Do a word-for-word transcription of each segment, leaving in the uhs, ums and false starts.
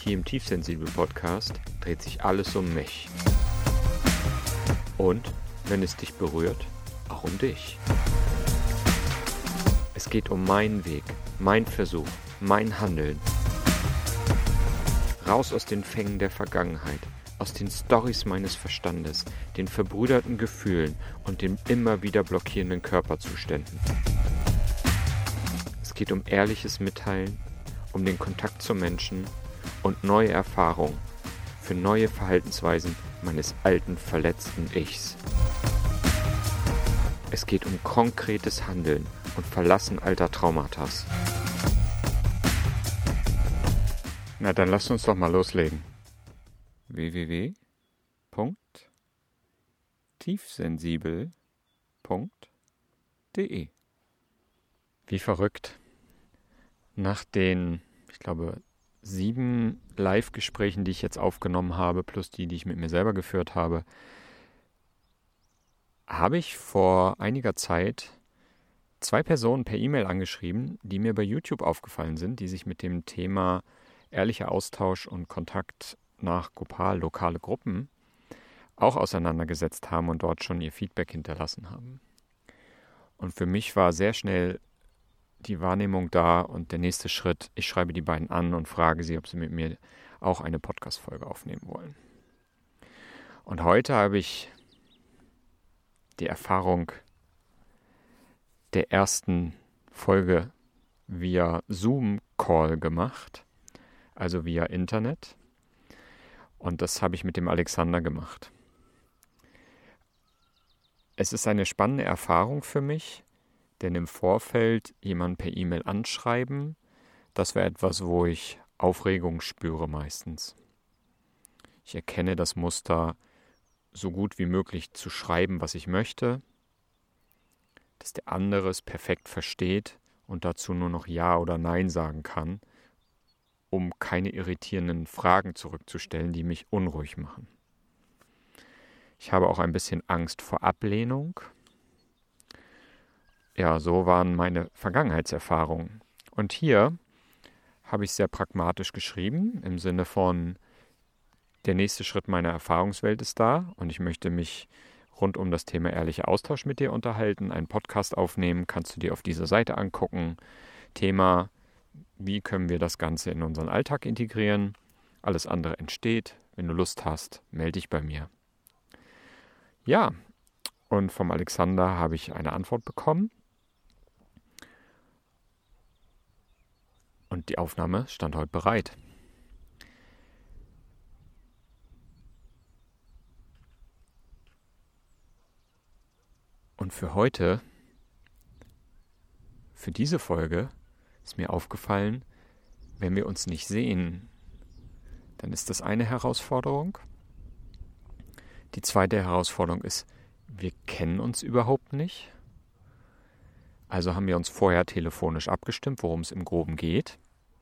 Hier im Tiefsensibel-Podcast dreht sich alles um mich. Und, wenn es dich berührt, auch um dich. Es geht um meinen Weg, mein Versuch, mein Handeln. Raus aus den Fängen der Vergangenheit, aus den Storys meines Verstandes, den verbrüderten Gefühlen und den immer wieder blockierenden Körperzuständen. Es geht um ehrliches Mitteilen, um den Kontakt zu Menschen und neue Erfahrungen für neue Verhaltensweisen meines alten, verletzten Ichs. Es geht um konkretes Handeln und Verlassen alter Traumata. Na, dann lasst uns doch mal loslegen. w w w punkt tiefsensibel punkt de Wie verrückt. Nach den, ich glaube, sieben Live-Gesprächen, die ich jetzt aufgenommen habe, plus die, die ich mit mir selber geführt habe, habe ich vor einiger Zeit zwei Personen per E-Mail angeschrieben, die mir bei YouTube aufgefallen sind, die sich mit dem Thema ehrlicher Austausch und Kontakt nach Gopal, lokale Gruppen, auch auseinandergesetzt haben und dort schon ihr Feedback hinterlassen haben. Und für mich war sehr schnell die Wahrnehmung da und der nächste Schritt, ich schreibe die beiden an und frage sie, ob sie mit mir auch eine Podcast-Folge aufnehmen wollen. Und heute habe ich die Erfahrung der ersten Folge via Zoom-Call gemacht, also via Internet. Und das habe ich mit dem Alexander gemacht. Es ist eine spannende Erfahrung für mich, denn im Vorfeld jemanden per E-Mail anschreiben, das wäre etwas, wo ich Aufregung spüre meistens. Ich erkenne das Muster, so gut wie möglich zu schreiben, was ich möchte, dass der andere es perfekt versteht und dazu nur noch Ja oder Nein sagen kann, um keine irritierenden Fragen zurückzustellen, die mich unruhig machen. Ich habe auch ein bisschen Angst vor Ablehnung. Ja, so waren meine Vergangenheitserfahrungen. Und hier habe ich sehr pragmatisch geschrieben, im Sinne von, der nächste Schritt meiner Erfahrungswelt ist da und ich möchte mich rund um das Thema ehrlicher Austausch mit dir unterhalten, einen Podcast aufnehmen, kannst du dir auf dieser Seite angucken. Thema: Wie können wir das Ganze in unseren Alltag integrieren? Alles andere entsteht. Wenn du Lust hast, melde dich bei mir. Ja, und vom Alexander habe ich eine Antwort bekommen. Und die Aufnahme stand heute bereit. Und für heute, für diese Folge, ist mir aufgefallen, wenn wir uns nicht sehen, dann ist das eine Herausforderung. Die zweite Herausforderung ist, wir kennen uns überhaupt nicht. Also haben wir uns vorher telefonisch abgestimmt, worum es im Groben geht.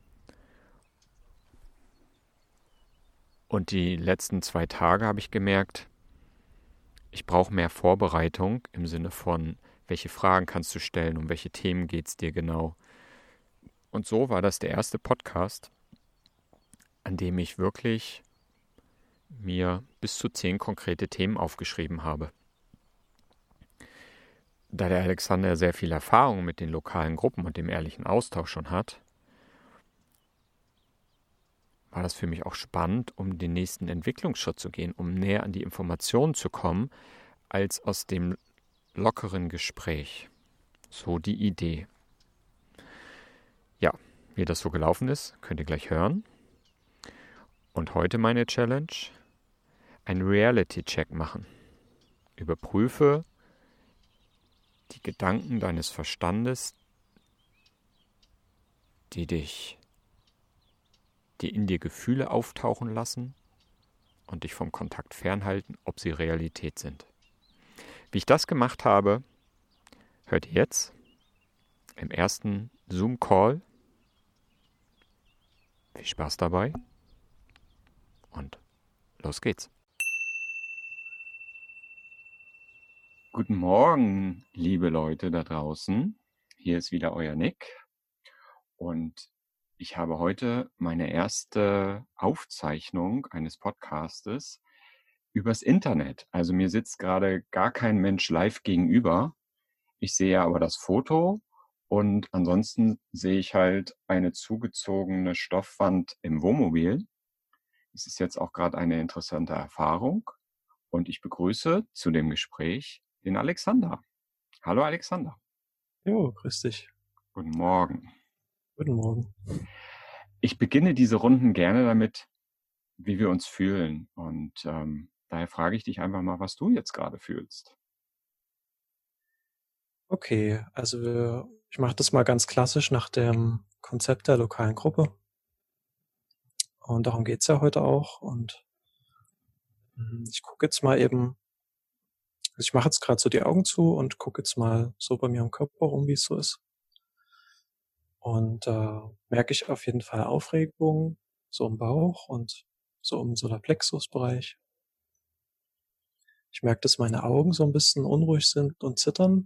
Und die letzten zwei Tage habe ich gemerkt, ich brauche mehr Vorbereitung im Sinne von, welche Fragen kannst du stellen, um welche Themen geht es dir genau. Und so war das der erste Podcast, an dem ich wirklich mir bis zu zehn konkrete Themen aufgeschrieben habe. Da der Alexander sehr viel Erfahrung mit den lokalen Gruppen und dem ehrlichen Austausch schon hat, war das für mich auch spannend, um den nächsten Entwicklungsschritt zu gehen, um näher an die Informationen zu kommen, als aus dem lockeren Gespräch. So die Idee. Ja, wie das so gelaufen ist, könnt ihr gleich hören. Und heute meine Challenge: einen Reality-Check machen. Überprüfe die Gedanken deines Verstandes, die dich, die in dir Gefühle auftauchen lassen und dich vom Kontakt fernhalten, ob sie Realität sind. Wie ich das gemacht habe, hört ihr jetzt im ersten Zoom-Call. Viel Spaß dabei und los geht's. Guten Morgen, liebe Leute da draußen. Hier ist wieder euer Nick. Und Ich habe heute meine erste Aufzeichnung eines Podcastes übers Internet. Also mir sitzt gerade gar kein Mensch live gegenüber. Ich sehe aber das Foto und ansonsten sehe ich halt eine zugezogene Stoffwand im Wohnmobil. Es ist jetzt auch gerade eine interessante Erfahrung und ich begrüße zu dem Gespräch den Alexander. Hallo Alexander. Jo, grüß dich. Guten Morgen. Guten Morgen. Ich beginne diese Runden gerne damit, wie wir uns fühlen. Und ähm, daher frage ich dich einfach mal, was du jetzt gerade fühlst. Okay, also wir, ich mache das mal ganz klassisch nach dem Konzept der lokalen Gruppe. Und darum geht's ja heute auch. Und mm, ich gucke jetzt mal eben, also ich mache jetzt gerade so die Augen zu und gucke jetzt mal so bei mir im Körper rum, wie es so ist. Und äh, merke ich auf jeden Fall Aufregung, so im Bauch und so im Solarplexus-Bereich. Ich merke, dass meine Augen so ein bisschen unruhig sind und zittern.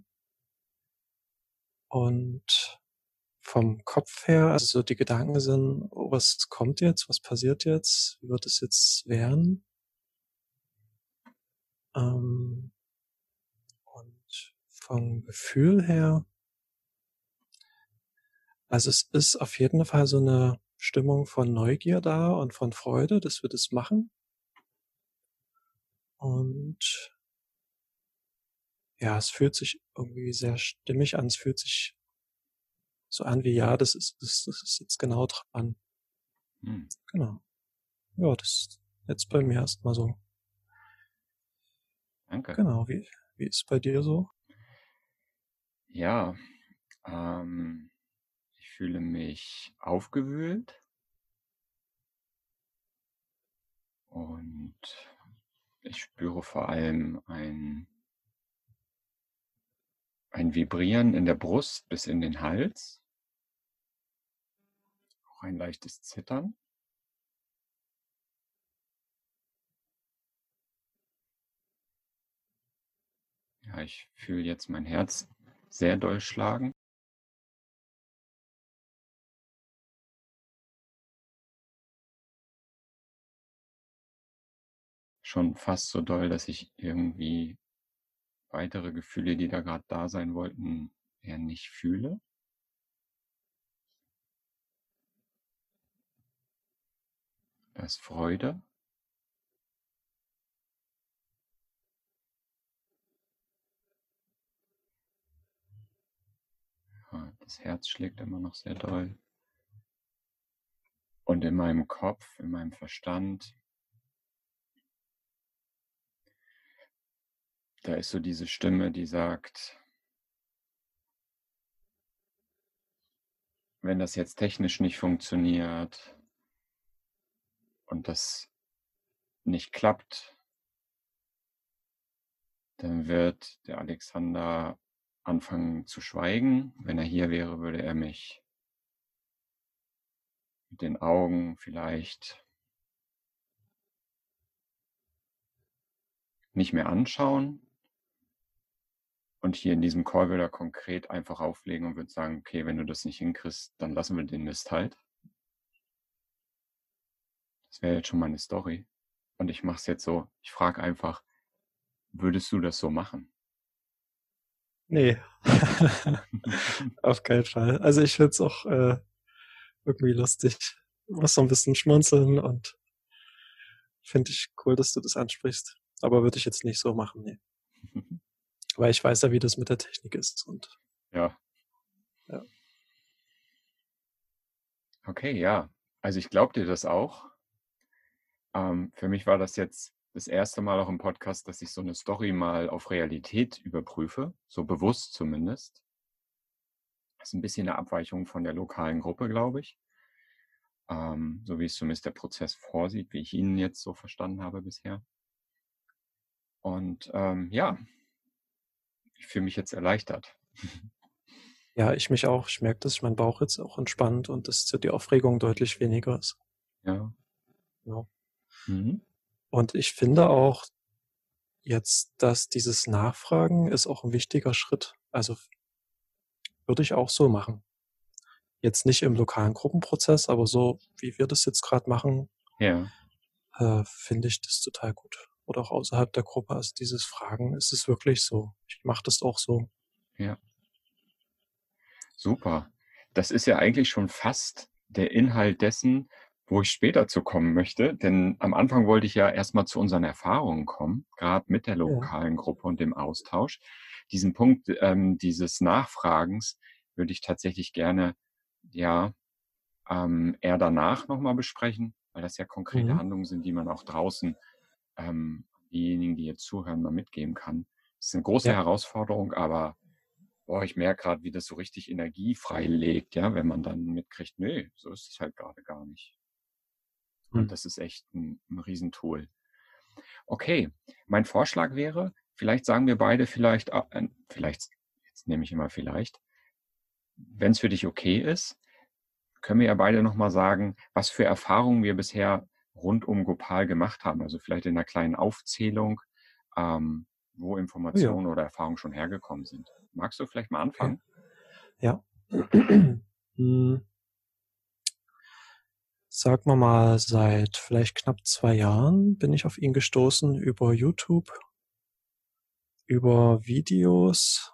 Und vom Kopf her, also so die Gedanken sind, oh, was kommt jetzt, was passiert jetzt, wie wird es jetzt werden? Ähm, und vom Gefühl her, also es ist auf jeden Fall so eine Stimmung von Neugier da und von Freude, dass wir das machen. Und ja, es fühlt sich irgendwie sehr stimmig an, es fühlt sich so an wie, ja, das ist, das, das ist jetzt genau dran. Hm, Genau. Ja, das ist jetzt bei mir erstmal so. danke. Genau, wie, wie ist es bei dir so? Ja, ähm, ich fühle mich aufgewühlt und ich spüre vor allem ein, ein Vibrieren in der Brust bis in den Hals, auch ein leichtes Zittern. Ja, ich fühle jetzt mein Herz sehr doll schlagen. Schon fast so doll, dass ich irgendwie weitere Gefühle, die da gerade da sein wollten, eher nicht fühle. Da ist Freude. Ja, das Herz schlägt immer noch sehr doll. Und in meinem Kopf, in meinem Verstand, da ist so diese Stimme, die sagt, wenn das jetzt technisch nicht funktioniert und das nicht klappt, dann wird der Alexander anfangen zu schweigen. Wenn er hier wäre, würde er mich mit den Augen vielleicht nicht mehr anschauen. Und hier in diesem Call würde er konkret einfach auflegen und würde sagen, okay, wenn du das nicht hinkriegst, dann lassen wir den Mist halt. Das wäre jetzt schon meine Story. Und ich mache es jetzt so, ich frage einfach, würdest du das so machen? Nee, auf keinen Fall. Also ich find's auch äh, irgendwie lustig. Muss so ein bisschen schmunzeln und finde ich cool, dass du das ansprichst. Aber würde ich jetzt nicht so machen, nee. Weil ich weiß ja, wie das mit der Technik ist. Und Ja, ja, okay, ja. Also ich glaube dir das auch. Ähm, für mich war das jetzt das erste Mal auch im Podcast, dass ich so eine Story mal auf Realität überprüfe, so bewusst zumindest. Das ist ein bisschen eine Abweichung von der lokalen Gruppe, glaube ich. Ähm, so wie es zumindest der Prozess vorsieht, wie ich ihn jetzt so verstanden habe bisher. Und ähm, ja, ich fühle mich jetzt erleichtert. ja, ich mich auch. Ich merke, dass ich mein Bauch jetzt auch entspannt und dass so die Aufregung deutlich weniger ist. Ja. Ja. Mhm. Und ich finde auch jetzt, dass dieses Nachfragen ist auch ein wichtiger Schritt. Also würde ich auch so machen. jetzt nicht im lokalen Gruppenprozess, aber so wie wir das jetzt gerade machen, Ja. äh, finde ich das total gut. Oder auch außerhalb der Gruppe, also dieses Fragen, ist es wirklich so? Ich mache das auch so. Ja. Super. Das ist ja eigentlich schon fast der Inhalt dessen, wo ich später zu kommen möchte. Denn am Anfang wollte ich ja erstmal zu unseren Erfahrungen kommen, gerade mit der Ja. lokalen Gruppe und dem Austausch. Diesen Punkt ähm, dieses Nachfragens würde ich tatsächlich gerne ja ähm, eher danach nochmal besprechen, weil das ja konkrete Mhm. Handlungen sind, die man auch draußen ähm, diejenigen, die jetzt zuhören, mal mitgeben kann. Das ist eine große Ja. Herausforderung, aber boah, ich merke gerade, wie das so richtig Energie freilegt, ja, wenn man dann mitkriegt, nee, so ist es halt gerade gar nicht. Und Mhm. das ist echt ein, ein Riesentool. Okay, mein Vorschlag wäre, vielleicht sagen wir beide vielleicht, äh, vielleicht, jetzt nehme ich immer vielleicht, wenn es für dich okay ist, können wir ja beide nochmal sagen, was für Erfahrungen wir bisher rund um Gopal gemacht haben. Also vielleicht in einer kleinen Aufzählung, ähm, wo Oh ja, Informationen oder Erfahrungen schon hergekommen sind. Magst du vielleicht mal okay. anfangen? Ja. Hm, Sagen wir mal, seit vielleicht knapp zwei Jahren bin ich auf ihn gestoßen über YouTube, über Videos,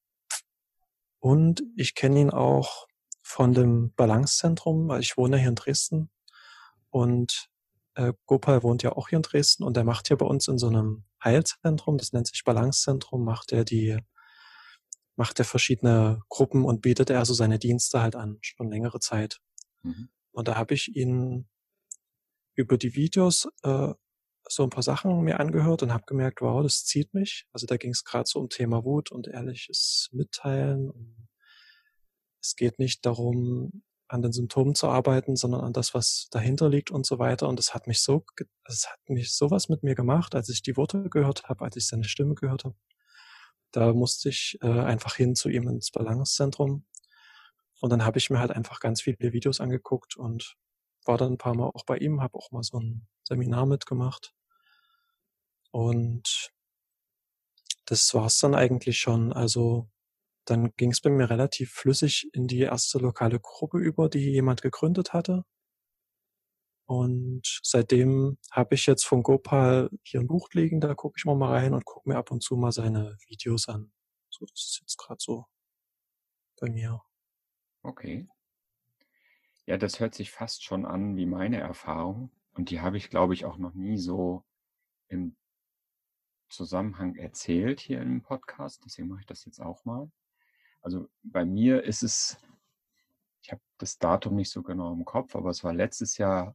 und ich kenne ihn auch von dem Balancezentrum, weil ich wohne hier in Dresden, und äh, Gopal wohnt ja auch hier in Dresden, und er macht hier bei uns in so einem Heilzentrum, das nennt sich Balancezentrum, macht er die, macht er verschiedene Gruppen und bietet er so seine Dienste halt an, schon längere Zeit. Mhm. Und da habe ich ihn über die Videos äh, so ein paar Sachen mir angehört und habe gemerkt, wow, das zieht mich. Also da ging es gerade so um Thema Wut und ehrliches Mitteilen. Und es geht nicht darum, an den Symptomen zu arbeiten, sondern an das, was dahinter liegt und so weiter. Und das hat mich so, es hat mich sowas mit mir gemacht, als ich die Worte gehört habe, als ich seine Stimme gehört habe. Da musste ich äh, einfach hin zu ihm ins Balancezentrum. Und dann habe ich mir halt einfach ganz viele Videos angeguckt und war dann ein paar Mal auch bei ihm, habe auch mal so ein Seminar mitgemacht. Und das war's dann eigentlich schon. Also dann ging es bei mir relativ flüssig in die erste lokale Gruppe über, die jemand gegründet hatte. Und seitdem habe ich jetzt von Gopal hier ein Buch liegen, da gucke ich mal, mal rein und gucke mir ab und zu mal seine Videos an. So, das ist jetzt gerade so bei mir. Okay. Ja, das hört sich fast schon an wie meine Erfahrung. Und die habe ich, glaube ich, auch noch nie so im Zusammenhang erzählt hier im Podcast. Deswegen mache ich das jetzt auch mal. Also bei mir ist es, ich habe das Datum nicht so genau im Kopf, aber es war letztes Jahr,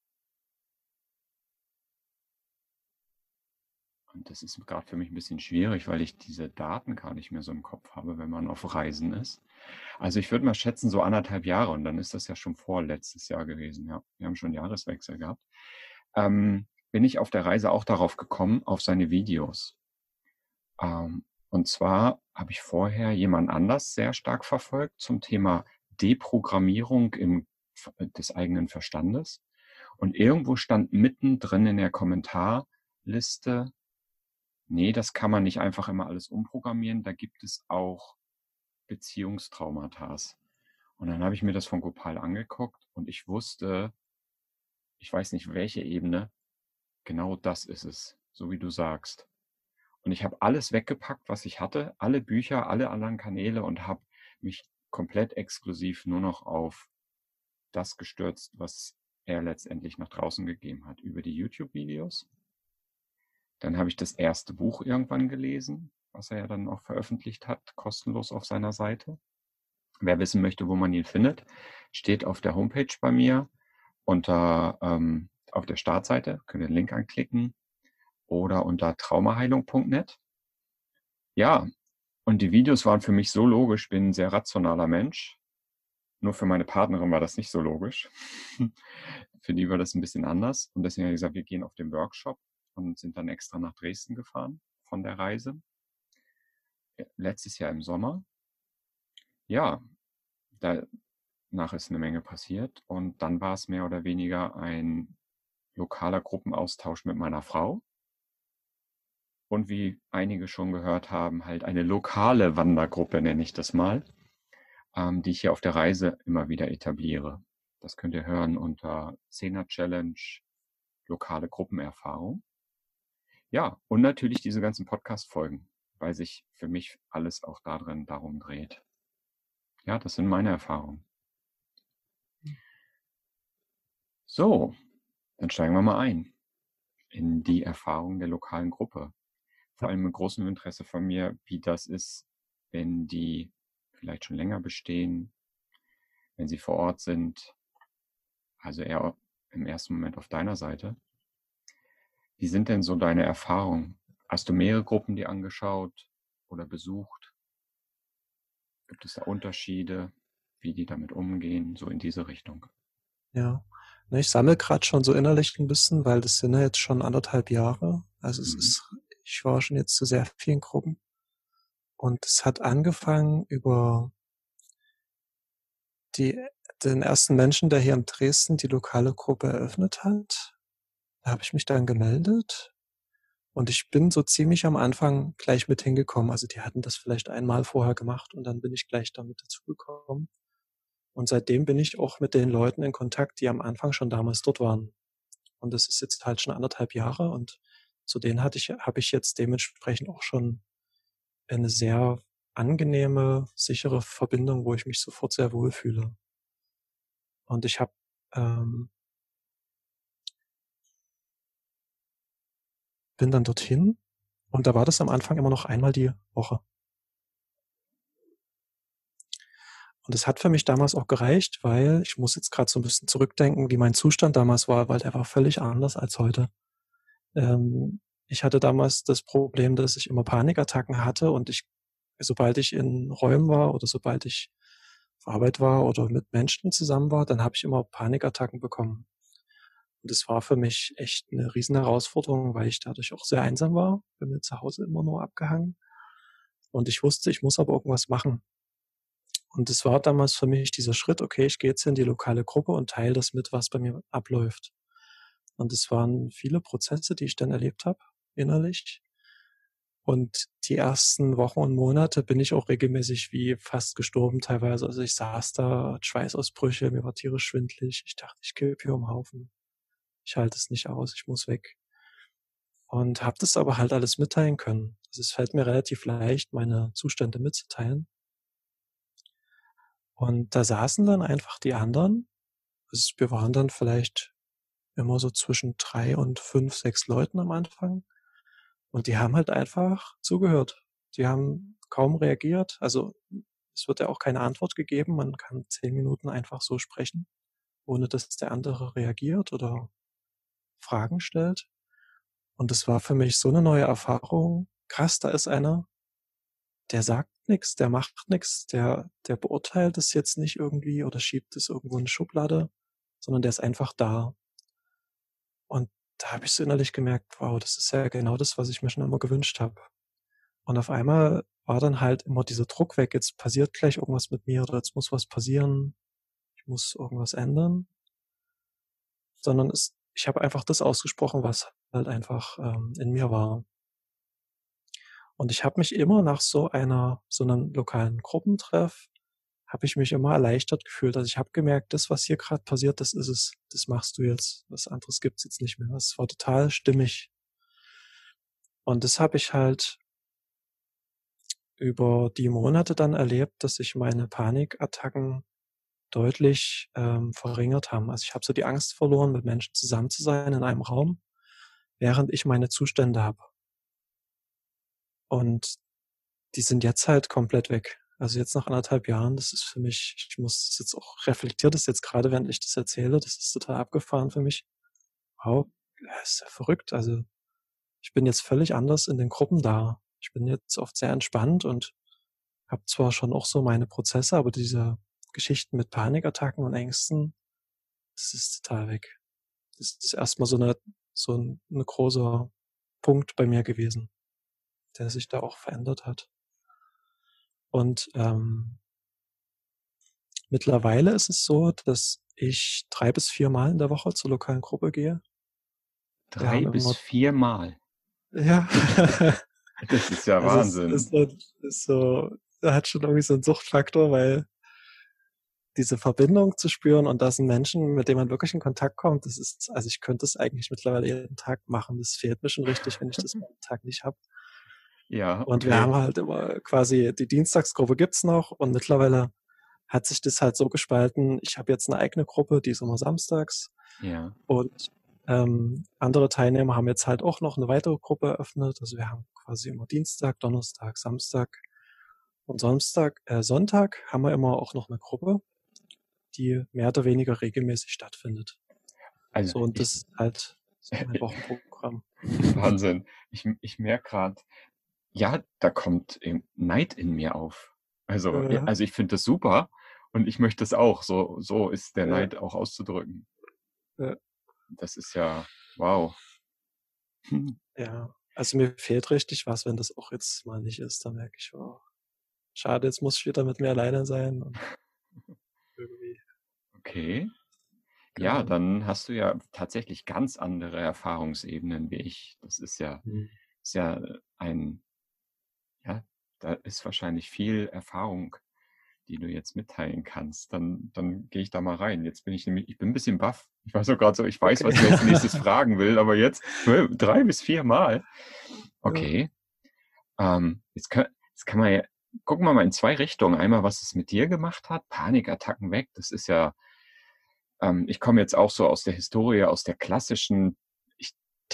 und das ist gerade für mich ein bisschen schwierig, weil ich diese Daten gar nicht mehr so im Kopf habe, wenn man auf Reisen ist. Also ich würde mal schätzen, so anderthalb Jahre, und dann ist das ja schon vor letztes Jahr gewesen. Ja, wir haben schon Jahreswechsel gehabt. Ähm, bin ich auf der Reise auch darauf gekommen, auf seine Videos. Ähm, und zwar habe ich vorher jemand anders sehr stark verfolgt zum Thema Deprogrammierung im, des eigenen Verstandes. Und irgendwo stand mittendrin in der Kommentarliste, nee, das kann man nicht einfach immer alles umprogrammieren, da gibt es auch Beziehungstraumata. Und dann habe ich mir das von Gopal angeguckt und ich wusste, ich weiß nicht welche Ebene, genau das ist es, so wie du sagst. Und ich habe alles weggepackt, was ich hatte, alle Bücher, alle anderen Kanäle, und habe mich komplett exklusiv nur noch auf das gestürzt, was er letztendlich nach draußen gegeben hat, über die YouTube-Videos. Dann habe ich das erste Buch irgendwann gelesen, was er ja dann auch veröffentlicht hat, kostenlos auf seiner Seite. Wer wissen möchte, wo man ihn findet, steht auf der Homepage bei mir unter ähm, auf der Startseite, könnt ihr den Link anklicken, oder unter traumaheilung punkt net. Ja, und die Videos waren für mich so logisch, ich bin ein sehr rationaler Mensch. Nur für meine Partnerin war das nicht so logisch. Für die war das ein bisschen anders. Und deswegen habe ich gesagt, wir gehen auf den Workshop und sind dann extra nach Dresden gefahren von der Reise. Letztes Jahr im Sommer. Ja, danach ist eine Menge passiert. Und dann war es mehr oder weniger ein lokaler Gruppenaustausch mit meiner Frau. Und wie einige schon gehört haben, halt eine lokale Wandergruppe, nenne ich das mal. ähm, die ich hier auf der Reise immer wieder etabliere. Das könnt ihr hören unter Zehner Challenge, lokale Gruppenerfahrung. Ja, und natürlich diese ganzen Podcast-Folgen, weil sich für mich alles auch darin darum dreht. Ja, das sind meine Erfahrungen. So, dann steigen wir mal ein in die Erfahrung der lokalen Gruppe. Vor allem mit großem Interesse von mir, wie das ist, wenn die vielleicht schon länger bestehen, wenn sie vor Ort sind, also eher im ersten Moment auf deiner Seite. Wie sind denn so deine Erfahrungen? Hast du mehrere Gruppen dir angeschaut oder besucht? Gibt es da Unterschiede, wie die damit umgehen, so in diese Richtung? Ja, ne, ich sammle gerade schon so innerlich ein bisschen, weil das sind ja jetzt schon anderthalb Jahre. Also es Mhm. ist, ich war schon jetzt zu sehr vielen Gruppen. Und es hat angefangen über die, den ersten Menschen, der hier in Dresden die lokale Gruppe eröffnet hat. Da habe ich mich dann gemeldet und ich bin so ziemlich am Anfang gleich mit hingekommen. Also die hatten das vielleicht einmal vorher gemacht und dann bin ich gleich damit dazugekommen. Und seitdem bin ich auch mit den Leuten in Kontakt, die am Anfang schon damals dort waren. Und das ist jetzt halt schon anderthalb Jahre und zu denen hatte ich, habe ich jetzt dementsprechend auch schon eine sehr angenehme, sichere Verbindung, wo ich mich sofort sehr wohl fühle. Und ich habe ähm, bin dann dorthin und da war das am Anfang immer noch einmal die Woche. Und es hat für mich damals auch gereicht, weil ich muss jetzt gerade so ein bisschen zurückdenken, wie mein Zustand damals war, weil der war völlig anders als heute. Ähm, ich hatte damals das Problem, dass ich immer Panikattacken hatte und ich, sobald ich in Räumen war oder sobald ich auf Arbeit war oder mit Menschen zusammen war, dann habe ich immer Panikattacken bekommen. Und das war für mich echt eine riesen Herausforderung, weil ich dadurch auch sehr einsam war, bin mir zu Hause immer nur abgehangen. Und ich wusste, ich muss aber irgendwas machen. Und es war damals für mich dieser Schritt, okay, ich gehe jetzt in die lokale Gruppe und teile das mit, was bei mir abläuft. Und es waren viele Prozesse, die ich dann erlebt habe, innerlich. Und die ersten Wochen und Monate bin ich auch regelmäßig wie fast gestorben teilweise. Also ich saß da, hatte Schweißausbrüche, mir war tierisch schwindelig. Ich dachte, ich kipp hier um den Haufen. Ich halte es nicht aus, ich muss weg. Und habe das aber halt alles mitteilen können. Also es fällt mir relativ leicht, meine Zustände mitzuteilen. Und da saßen dann einfach die anderen. Also wir waren dann vielleicht immer so zwischen drei und fünf, sechs Leuten am Anfang. Und die haben halt einfach zugehört. Die haben kaum reagiert. Also es wird ja auch keine Antwort gegeben. Man kann zehn Minuten einfach so sprechen, ohne dass der andere reagiert oder Fragen stellt. Und es war für mich so eine neue Erfahrung. Krass, da ist einer, der sagt nichts, der macht nichts, der, der beurteilt es jetzt nicht irgendwie oder schiebt es irgendwo in eine Schublade, sondern der ist einfach da. Und da habe ich so innerlich gemerkt, wow, das ist ja genau das, was ich mir schon immer gewünscht habe. Und auf einmal war dann halt immer dieser Druck weg, jetzt passiert gleich irgendwas mit mir oder jetzt muss was passieren, ich muss irgendwas ändern, sondern es, ich habe einfach das ausgesprochen, was halt einfach ähm, in mir war. Und ich habe mich immer nach so einer, so einem lokalen Gruppentreff, habe ich mich immer erleichtert gefühlt. Also ich habe gemerkt, das, was hier gerade passiert, das ist es, das machst du jetzt. Was anderes gibt's jetzt nicht mehr. Es war total stimmig. Und das habe ich halt über die Monate dann erlebt, dass sich meine Panikattacken deutlich ähm, verringert haben. Also ich habe so die Angst verloren, mit Menschen zusammen zu sein in einem Raum, während ich meine Zustände habe. Und die sind jetzt halt komplett weg. Also jetzt nach anderthalb Jahren, das ist für mich, ich muss das jetzt auch reflektiert das jetzt gerade, während ich das erzähle, das ist total abgefahren für mich. Wow, das ist ja verrückt. Also ich bin jetzt völlig anders in den Gruppen da. Ich bin jetzt oft sehr entspannt und habe zwar schon auch so meine Prozesse, aber diese Geschichten mit Panikattacken und Ängsten, das ist total weg. Das ist erstmal so eine, so ein, ein großer Punkt bei mir gewesen, der sich da auch verändert hat. Und ähm, mittlerweile ist es so, dass ich drei bis vier Mal in der Woche zur lokalen Gruppe gehe. Wir Drei haben bis immer, vier Mal. ja, Das ist ja also es ist Wahnsinn. so, ist so, er hat schon irgendwie so einen Suchtfaktor, weil diese Verbindung zu spüren und dass ein Menschen, mit dem man wirklich in Kontakt kommt, das ist, also ich könnte das eigentlich mittlerweile jeden Tag machen. Das fehlt mir schon richtig, wenn ich das mal einen Tag nicht habe. Ja, Und wir okay. haben halt immer quasi, die Dienstagsgruppe gibt's noch und mittlerweile hat sich das halt so gespalten. Ich habe jetzt eine eigene Gruppe, die ist immer samstags Ja. und ähm, andere Teilnehmer haben jetzt halt auch noch eine weitere Gruppe eröffnet. Also wir haben quasi immer Dienstag, Donnerstag, Samstag und Samstag, äh, Sonntag haben wir immer auch noch eine Gruppe, die mehr oder weniger regelmäßig stattfindet. Also So, und ich, das ist halt so mein Wochenprogramm. Wahnsinn. Ich, ich merke gerade, ja, da kommt eben Neid in mir auf. Also, ja, Äh, also ich finde das super und ich möchte es auch. So, so ist der äh, Neid auch auszudrücken. äh, Das ist ja, wow. ja, also mir fehlt richtig was, wenn das auch jetzt mal nicht ist. Dann merke ich, oh, schade, jetzt muss ich wieder mit mir alleine sein und irgendwie, Okay. Ja, genau. dann hast du ja tatsächlich ganz andere Erfahrungsebenen wie ich. Das ist ja, Hm. ist ja ein, ja, da ist wahrscheinlich viel Erfahrung, die du jetzt mitteilen kannst. Dann, dann gehe ich da mal rein. Jetzt bin ich nämlich, ich bin ein bisschen baff. Ich weiß auch gerade so, ich weiß, Okay. was ich als nächstes fragen will, aber jetzt äh, drei bis vier Mal. Ja. Okay. Ähm, jetzt kann, jetzt kann man ja, gucken wir mal in zwei Richtungen. Einmal, was es mit dir gemacht hat. Panikattacken weg. Das ist ja, ähm, ich komme jetzt auch so aus der Historie, aus der klassischen ich,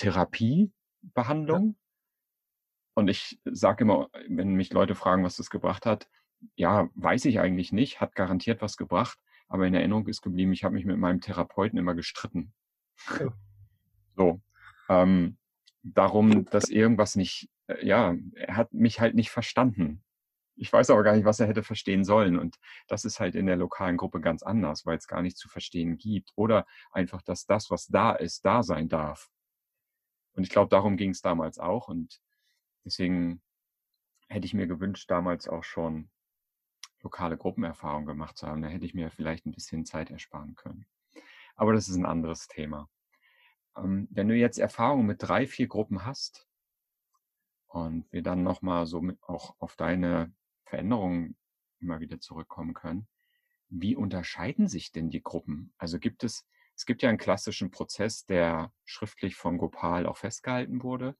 Ja. Therapiebehandlung. Und ich sage immer, wenn mich Leute fragen, was das gebracht hat, ja, weiß ich eigentlich nicht, hat garantiert was gebracht, aber in Erinnerung ist geblieben, ich habe mich mit meinem Therapeuten immer gestritten. Ja. So. Ähm, darum, dass irgendwas nicht, äh, ja, er hat mich halt nicht verstanden. Ich weiß aber gar nicht, was er hätte verstehen sollen. Und das ist halt in der lokalen Gruppe ganz anders, weil es gar nicht zu verstehen gibt. Oder einfach, dass das, was da ist, da sein darf. Und ich glaube, darum ging es damals auch. Und deswegen hätte ich mir gewünscht, damals auch schon lokale Gruppenerfahrung gemacht zu haben. Da hätte ich mir vielleicht ein bisschen Zeit ersparen können. Aber das ist ein anderes Thema. Ähm, wenn du jetzt Erfahrung mit drei, vier Gruppen hast und wir dann nochmal so mit auch auf deine Veränderungen immer wieder zurückkommen können, wie unterscheiden sich denn die Gruppen? Also gibt es, es gibt ja einen klassischen Prozess, der schriftlich von Gopal auch festgehalten wurde.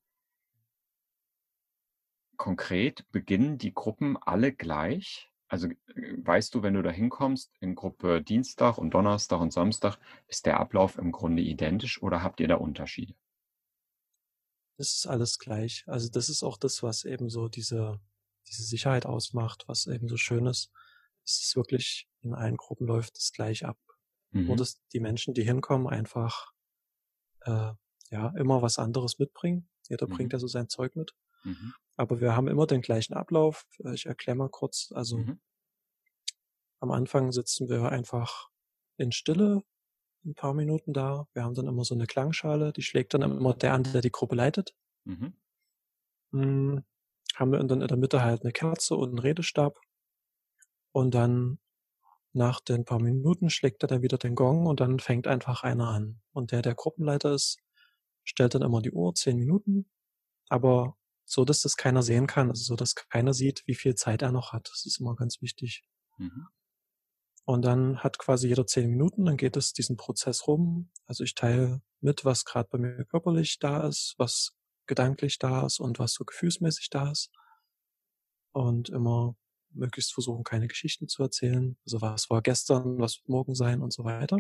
Konkret beginnen die Gruppen alle gleich? Also äh, weißt du, wenn du da hinkommst, in Gruppe Dienstag und Donnerstag und Samstag, ist der Ablauf im Grunde identisch oder habt ihr da Unterschiede? Das ist alles gleich. Also das ist auch das, was eben so diese, diese Sicherheit ausmacht, was eben so schön ist. Es ist wirklich, in allen Gruppen läuft es gleich ab. Nur, Mhm. dass die Menschen, die hinkommen, einfach äh, ja immer was anderes mitbringen. Jeder bringt Mhm. ja so sein Zeug mit. Mhm. Aber wir haben immer den gleichen Ablauf. Äh, Ich erkläre mal kurz. Also Mhm. am Anfang sitzen wir einfach in Stille ein paar Minuten da. Wir haben dann immer so eine Klangschale, die schlägt dann immer der an, der die Gruppe leitet. Mhm. Hm, haben wir dann in der Mitte halt eine Kerze und einen Redestab. Und dann nach den paar Minuten schlägt er dann wieder den Gong und dann fängt einfach einer an. Und der, der Gruppenleiter ist, stellt dann immer die Uhr, zehn Minuten, aber so, dass das keiner sehen kann, also so, dass keiner sieht, wie viel Zeit er noch hat. Das ist immer ganz wichtig. Mhm. Und dann hat quasi jeder zehn Minuten, dann geht es diesen Prozess rum. Also ich teile mit, was gerade bei mir körperlich da ist, was gedanklich da ist und was so gefühlsmäßig da ist. Und immer möglichst versuchen, keine Geschichten zu erzählen. Also was war gestern, was wird morgen sein und so weiter.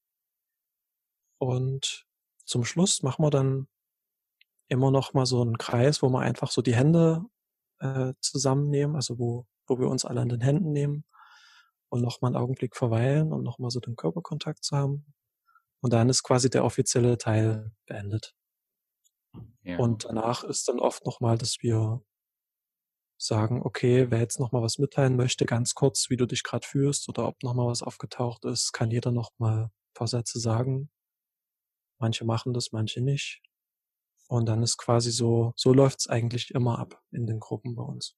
Und zum Schluss machen wir dann immer noch mal so einen Kreis, wo wir einfach so die Hände äh, zusammennehmen, also wo, wo wir uns alle an den Händen nehmen und noch mal einen Augenblick verweilen und noch mal so den Körperkontakt zu haben. Und dann ist quasi der offizielle Teil beendet. Ja. Und danach ist dann oft noch mal, dass wir sagen, okay, wer jetzt noch mal was mitteilen möchte, ganz kurz, wie du dich gerade fühlst oder ob noch mal was aufgetaucht ist, kann jeder noch mal ein paar Sätze sagen. Manche machen das, manche nicht. Und dann ist quasi so, so läuft's eigentlich immer ab in den Gruppen bei uns.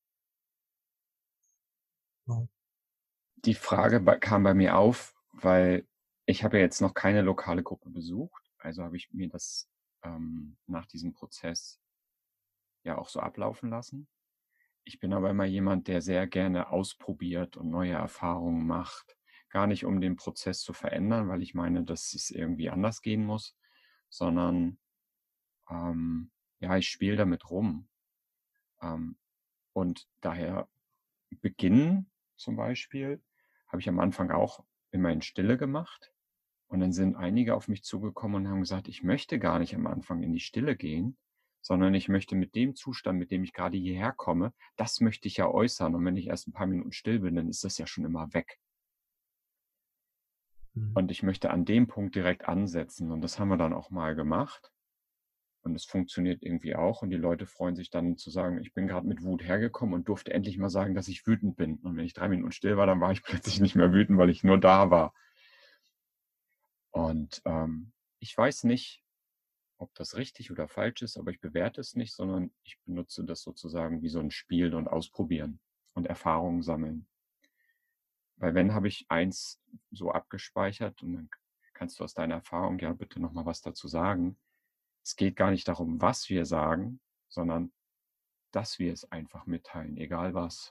Ja. Die Frage bei- kam bei mir auf, weil ich habe ja jetzt noch keine lokale Gruppe besucht. Also habe ich mir das ähm, nach diesem Prozess ja auch so ablaufen lassen. Ich bin aber immer jemand, der sehr gerne ausprobiert und neue Erfahrungen macht. Gar nicht, um den Prozess zu verändern, weil ich meine, dass es irgendwie anders gehen muss, sondern ähm, ja, ich spiele damit rum. Ähm, und daher beginnen zum Beispiel, habe ich am Anfang auch immer in Stille gemacht. Und dann sind einige auf mich zugekommen und haben gesagt, ich möchte gar nicht am Anfang in die Stille gehen, sondern ich möchte mit dem Zustand, mit dem ich gerade hierher komme, das möchte ich ja äußern. Und wenn ich erst ein paar Minuten still bin, dann ist das ja schon immer weg. Mhm. Und ich möchte an dem Punkt direkt ansetzen. Und das haben wir dann auch mal gemacht. Und es funktioniert irgendwie auch. Und die Leute freuen sich dann zu sagen, ich bin gerade mit Wut hergekommen und durfte endlich mal sagen, dass ich wütend bin. Und wenn ich drei Minuten still war, dann war ich plötzlich nicht mehr wütend, weil ich nur da war. Und ähm, ich weiß nicht, ob das richtig oder falsch ist, aber ich bewerte es nicht, sondern ich benutze das sozusagen wie so ein Spiel und ausprobieren und Erfahrungen sammeln. Weil wenn, habe ich eins so abgespeichert und dann kannst du aus deiner Erfahrung ja bitte nochmal was dazu sagen. Es geht gar nicht darum, was wir sagen, sondern dass wir es einfach mitteilen, egal was.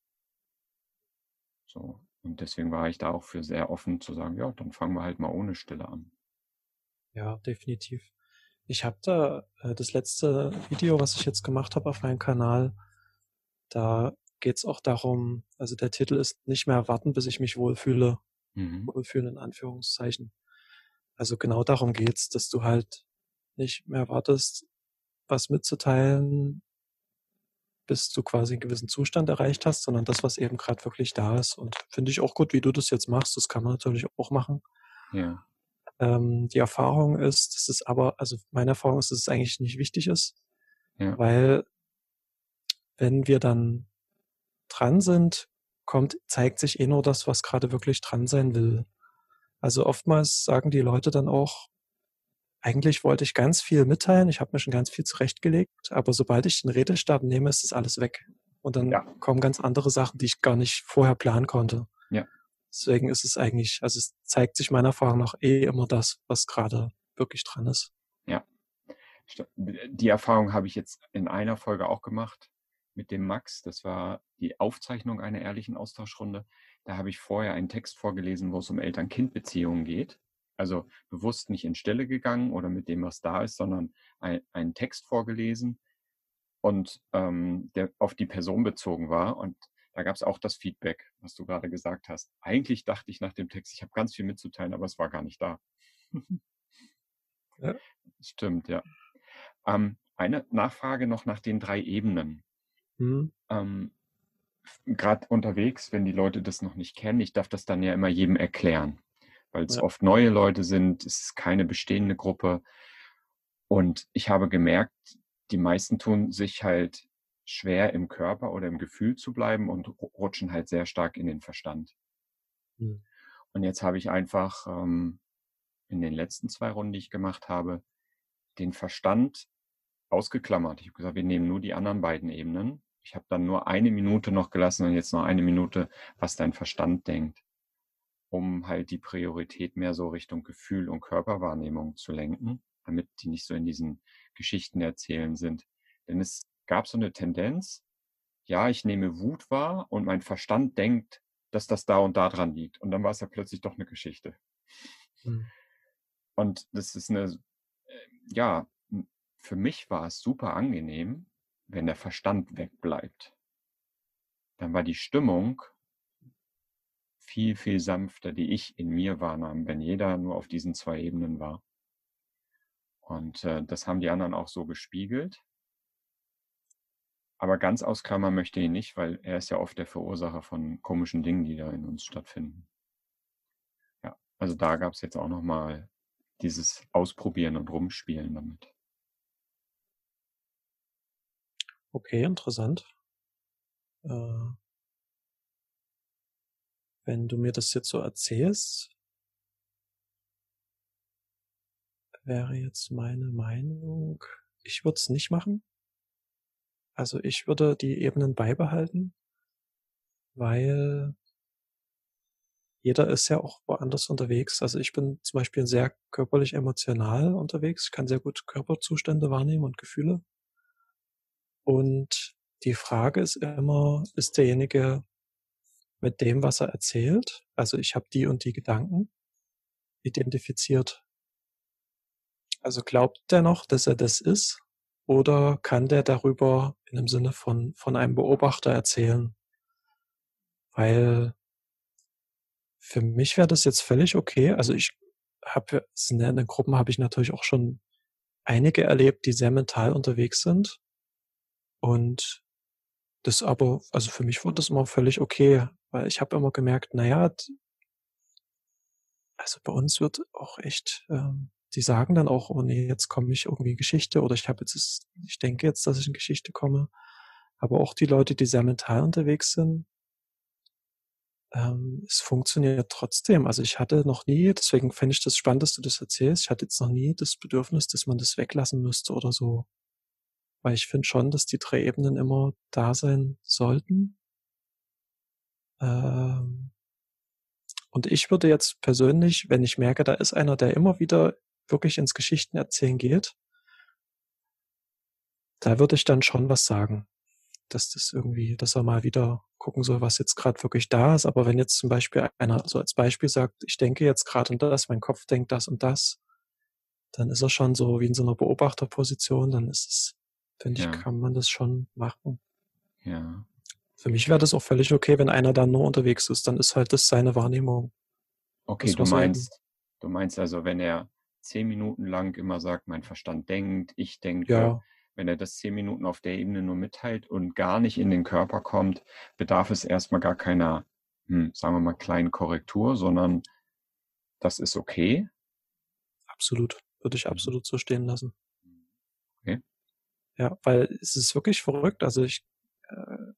So. Und deswegen war ich da auch für sehr offen zu sagen, ja, dann fangen wir halt mal ohne Stille an. Ja, definitiv. Ich habe da äh, das letzte Video, was ich jetzt gemacht habe auf meinem Kanal, da geht's auch darum, also der Titel ist nicht mehr warten, bis ich mich wohlfühle, Mhm. wohlfühlen in Anführungszeichen. Also genau darum geht's, dass du halt nicht mehr wartest, was mitzuteilen, bis du quasi einen gewissen Zustand erreicht hast, sondern das, was eben gerade wirklich da ist. Und finde ich auch gut, wie du das jetzt machst. Das kann man natürlich auch machen. Ja, Ähm, die Erfahrung ist, dass es aber, also meine Erfahrung ist, dass es eigentlich nicht wichtig ist, ja, weil wenn wir dann dran sind, kommt, zeigt sich eh nur das, was gerade wirklich dran sein will. Also oftmals sagen die Leute dann auch, eigentlich wollte ich ganz viel mitteilen, ich habe mir schon ganz viel zurechtgelegt, aber sobald ich den Redestab nehme, ist das alles weg. Und dann ja, kommen ganz andere Sachen, die ich gar nicht vorher planen konnte. ja, Deswegen ist es eigentlich, also es zeigt sich meiner Erfahrung nach eh immer das, was gerade wirklich dran ist. ja. St- Die Erfahrung habe ich jetzt in einer Folge auch gemacht mit dem Max. Das war die Aufzeichnung einer ehrlichen Austauschrunde. Da habe ich vorher einen Text vorgelesen, wo es um Eltern-Kind-Beziehungen geht. Also bewusst nicht in Stille gegangen oder mit dem, was da ist, sondern ein, einen Text vorgelesen und ähm, der auf die Person bezogen war. Und da gab es auch das Feedback, was du gerade gesagt hast. Eigentlich dachte ich nach dem Text, ich habe ganz viel mitzuteilen, aber es war gar nicht da. Ja. Stimmt, ja. Ähm, eine Nachfrage noch nach den drei Ebenen. Hm. Ähm, Gerade unterwegs, wenn die Leute das noch nicht kennen, ich darf das dann ja immer jedem erklären, weil es Ja. oft neue Leute sind, es ist keine bestehende Gruppe. Und ich habe gemerkt, die meisten tun sich halt schwer im Körper oder im Gefühl zu bleiben und rutschen halt sehr stark in den Verstand. Hm. Und jetzt habe ich einfach ähm, in den letzten zwei Runden, die ich gemacht habe, den Verstand ausgeklammert. Ich habe gesagt, wir nehmen nur die anderen beiden Ebenen. Ich habe dann nur eine Minute noch gelassen und jetzt noch eine Minute, was dein Verstand denkt, um halt die Priorität mehr so Richtung Gefühl und Körperwahrnehmung zu lenken, damit die nicht so in diesen Geschichten erzählen sind. Denn es gab so eine Tendenz, ja, ich nehme Wut wahr und mein Verstand denkt, dass das da und da dran liegt. Und dann war es ja plötzlich doch eine Geschichte. Hm. Und das ist eine, ja, für mich war es super angenehm, wenn der Verstand wegbleibt. Dann war die Stimmung viel, viel sanfter, die ich in mir wahrnahm, wenn jeder nur auf diesen zwei Ebenen war. Und äh, das haben die anderen auch so gespiegelt. Aber ganz ausklammern möchte ich ihn nicht, weil er ist ja oft der Verursacher von komischen Dingen, die da in uns stattfinden. Ja, also da gab es jetzt auch nochmal dieses Ausprobieren und Rumspielen damit. Okay, interessant. Äh, wenn du mir das jetzt so erzählst, wäre jetzt meine Meinung, ich würde es nicht machen. Also ich würde die Ebenen beibehalten, weil jeder ist ja auch woanders unterwegs. Also ich bin zum Beispiel sehr körperlich emotional unterwegs. Ich kann sehr gut Körperzustände wahrnehmen und Gefühle. Und die Frage ist immer, ist derjenige mit dem, was er erzählt. Also ich habe die und die Gedanken identifiziert. Also glaubt der noch, dass er das ist? Oder kann der darüber in dem Sinne von, von einem Beobachter erzählen? Weil für mich wäre das jetzt völlig okay. Also ich habe, in den Gruppen habe ich natürlich auch schon einige erlebt, die sehr mental unterwegs sind. Und das aber, also für mich war das immer völlig okay, weil ich habe immer gemerkt, naja, also bei uns wird auch echt, ähm, die sagen dann auch, oh nee, jetzt komme ich irgendwie in Geschichte oder ich habe jetzt, ich denke jetzt, dass ich in Geschichte komme. Aber auch die Leute, die sehr mental unterwegs sind, ähm, es funktioniert trotzdem. Also ich hatte noch nie, deswegen fände ich das spannend, dass du das erzählst, ich hatte jetzt noch nie das Bedürfnis, dass man das weglassen müsste oder so. Weil ich finde schon, dass die drei Ebenen immer da sein sollten. Ähm, und ich würde jetzt persönlich, wenn ich merke, da ist einer, der immer wieder wirklich ins Geschichtenerzählen geht, da würde ich dann schon was sagen, dass das irgendwie, dass er mal wieder gucken soll, was jetzt gerade wirklich da ist. Aber wenn jetzt zum Beispiel einer so als Beispiel sagt, ich denke jetzt gerade und das, mein Kopf denkt das und das, dann ist er schon so wie in so einer Beobachterposition, dann ist es, finde ich, Ja, kann man das schon machen. ja. Für mich wäre das auch völlig okay, wenn einer dann nur unterwegs ist, dann ist halt das seine Wahrnehmung. Okay, Das, du was er eben, meinst, du meinst also, wenn er zehn Minuten lang immer sagt, mein Verstand denkt, ich denke, ja, wenn er das zehn Minuten auf der Ebene nur mitteilt und gar nicht in den Körper kommt, bedarf es erstmal gar keiner, hm, sagen wir mal, kleinen Korrektur, sondern das ist okay. absolut. Würde ich Mhm. absolut so stehen lassen. Okay. Ja, weil es ist wirklich verrückt. Also ich, äh,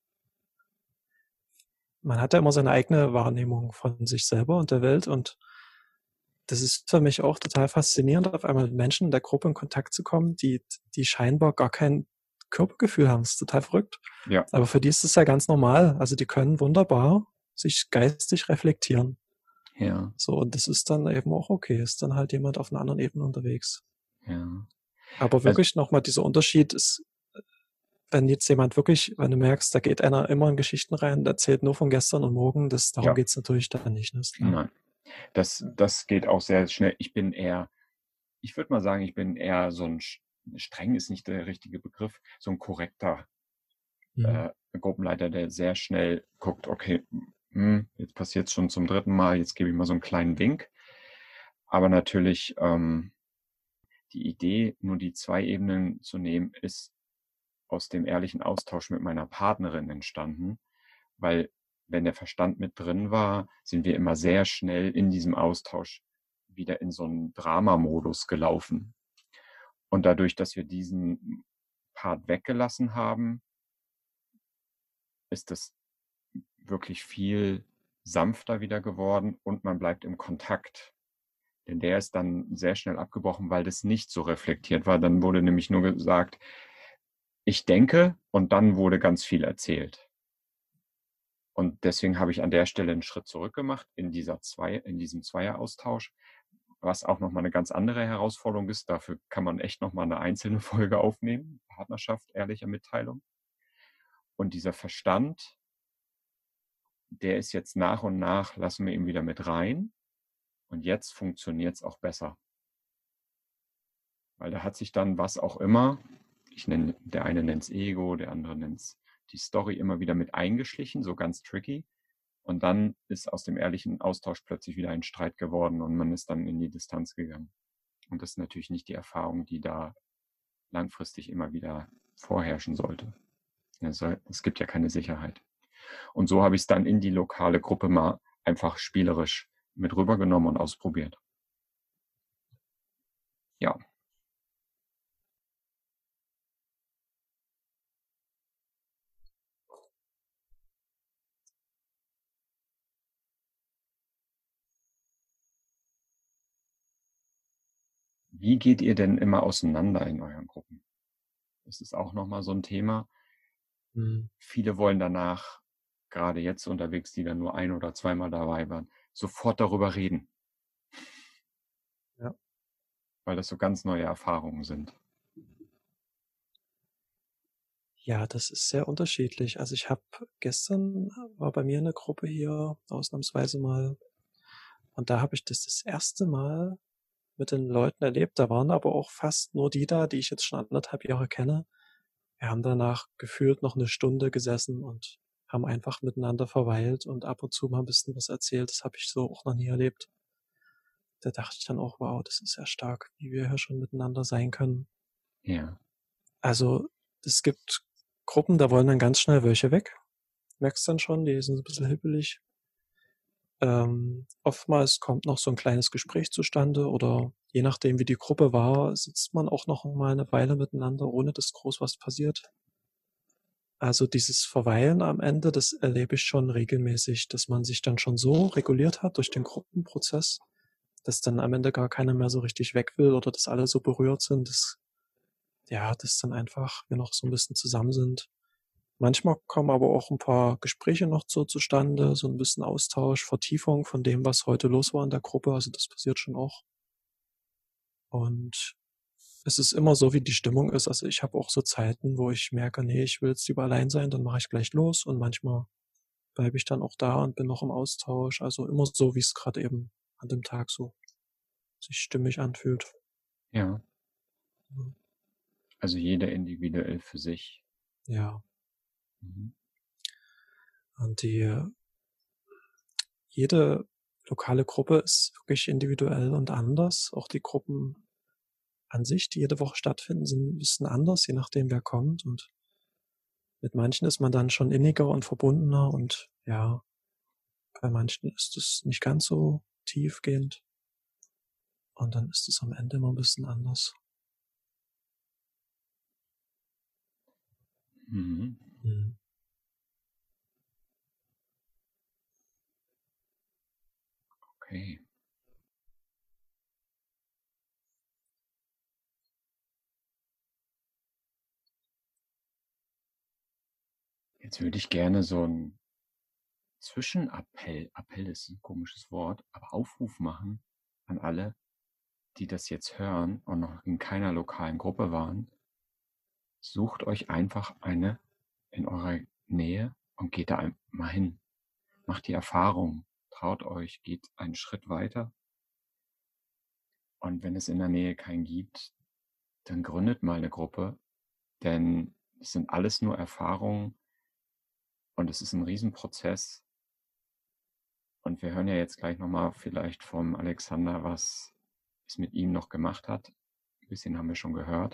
man hat ja immer seine eigene Wahrnehmung von sich selber und der Welt und das ist für mich auch total faszinierend, auf einmal mit Menschen in der Gruppe in Kontakt zu kommen, die, die scheinbar gar kein Körpergefühl haben. Das ist total verrückt. Ja, Aber für die ist es ja ganz normal. Also die können wunderbar sich geistig reflektieren. ja, So, und das ist dann eben auch okay. Ist dann halt jemand auf einer anderen Ebene unterwegs. ja. Aber Also, wirklich nochmal dieser Unterschied ist, wenn jetzt jemand wirklich, wenn du merkst, da geht einer immer in Geschichten rein, der erzählt nur von gestern und morgen, das, darum ja, geht's natürlich dann nicht, ne, ist klar. nein. Das, das geht auch sehr schnell. Ich bin eher, ich würde mal sagen, ich bin eher so ein, streng ist nicht der richtige Begriff, so ein korrekter Mhm. äh, Gruppenleiter, der sehr schnell guckt, okay, hm, jetzt passiert es schon zum dritten Mal, jetzt gebe ich mal so einen kleinen Wink. Aber natürlich ähm, die Idee, nur die zwei Ebenen zu nehmen, ist aus dem ehrlichen Austausch mit meiner Partnerin entstanden, weil wenn der Verstand mit drin war, sind wir immer sehr schnell in diesem Austausch wieder in so einen Dramamodus gelaufen. Und dadurch, dass wir diesen Part weggelassen haben, ist das wirklich viel sanfter wieder geworden und man bleibt im Kontakt. Denn der ist dann sehr schnell abgebrochen, weil das nicht so reflektiert war. Dann wurde nämlich nur gesagt, ich denke, und dann wurde ganz viel erzählt. Und deswegen habe ich an der Stelle einen Schritt zurück gemacht in, dieser zwei, in diesem Zweieraustausch, was auch nochmal eine ganz andere Herausforderung ist. Dafür kann man echt nochmal eine einzelne Folge aufnehmen. Partnerschaft, ehrliche Mitteilung. Und dieser Verstand, der ist jetzt nach und nach, lassen wir ihn wieder mit rein. Und jetzt funktioniert es auch besser. Weil da hat sich dann was auch immer, ich nenne, der eine nennt es Ego, der andere nennt es die Story, immer wieder mit eingeschlichen, so ganz tricky. Und dann ist aus dem ehrlichen Austausch plötzlich wieder ein Streit geworden und man ist dann in die Distanz gegangen. Und das ist natürlich nicht die Erfahrung, die da langfristig immer wieder vorherrschen sollte. Also, es gibt ja keine Sicherheit. Und so habe ich es dann in die lokale Gruppe mal einfach spielerisch mit rübergenommen und ausprobiert. Ja. Wie geht ihr denn immer auseinander in euren Gruppen? Das ist auch nochmal so ein Thema. Mhm. Viele wollen danach, gerade jetzt unterwegs, die dann nur ein oder zweimal dabei waren, sofort darüber reden, Ja. weil das so ganz neue Erfahrungen sind. Ja, das ist sehr unterschiedlich. Also ich habe gestern war bei mir eine Gruppe hier ausnahmsweise mal und da habe ich das das erste Mal mit den Leuten erlebt. Da waren aber auch fast nur die da, die ich jetzt schon anderthalb Jahre kenne. Wir haben danach gefühlt noch eine Stunde gesessen und haben einfach miteinander verweilt und ab und zu mal ein bisschen was erzählt. Das habe ich so auch noch nie erlebt. Da dachte ich dann auch, wow, das ist ja stark, wie wir hier schon miteinander sein können. Ja. Also es gibt Gruppen, da wollen dann ganz schnell welche weg. Merkst dann schon, die sind ein bisschen hippelig. Ähm, oftmals kommt noch so ein kleines Gespräch zustande oder je nachdem, wie die Gruppe war, sitzt man auch noch mal eine Weile miteinander, ohne dass groß was passiert. Also dieses Verweilen am Ende, das erlebe ich schon regelmäßig, dass man sich dann schon so reguliert hat durch den Gruppenprozess, dass dann am Ende gar keiner mehr so richtig weg will oder dass alle so berührt sind, dass, ja, dass dann einfach wir noch so ein bisschen zusammen sind. Manchmal kommen aber auch ein paar Gespräche noch so zustande, so ein bisschen Austausch, Vertiefung von dem, was heute los war in der Gruppe. Also das passiert schon auch. Und es ist immer so, wie die Stimmung ist. Also ich habe auch so Zeiten, wo ich merke, nee, ich will jetzt lieber allein sein, dann mache ich gleich los. Und manchmal bleibe ich dann auch da und bin noch im Austausch. Also immer so, wie es gerade eben an dem Tag so sich stimmig anfühlt. Ja. Also jeder individuell für sich. Ja. Mhm. Und die jede lokale Gruppe ist wirklich individuell und anders. Auch die Gruppen an sich, die jede Woche stattfinden, sind ein bisschen anders, je nachdem wer kommt. Und mit manchen ist man dann schon inniger und verbundener und ja, bei manchen ist es nicht ganz so tiefgehend. Und dann ist es am Ende immer ein bisschen anders. Mhm. Hm. Okay. Jetzt würde ich gerne so ein Zwischenappell, Appell ist ein komisches Wort, aber Aufruf machen an alle, die das jetzt hören und noch in keiner lokalen Gruppe waren. Sucht euch einfach eine in eurer Nähe und geht da mal hin. Macht die Erfahrung, traut euch, geht einen Schritt weiter. Und wenn es in der Nähe keinen gibt, dann gründet mal eine Gruppe, denn es sind alles nur Erfahrungen und es ist ein Riesenprozess. Und wir hören ja jetzt gleich nochmal vielleicht vom Alexander, was es mit ihm noch gemacht hat. Ein bisschen haben wir schon gehört.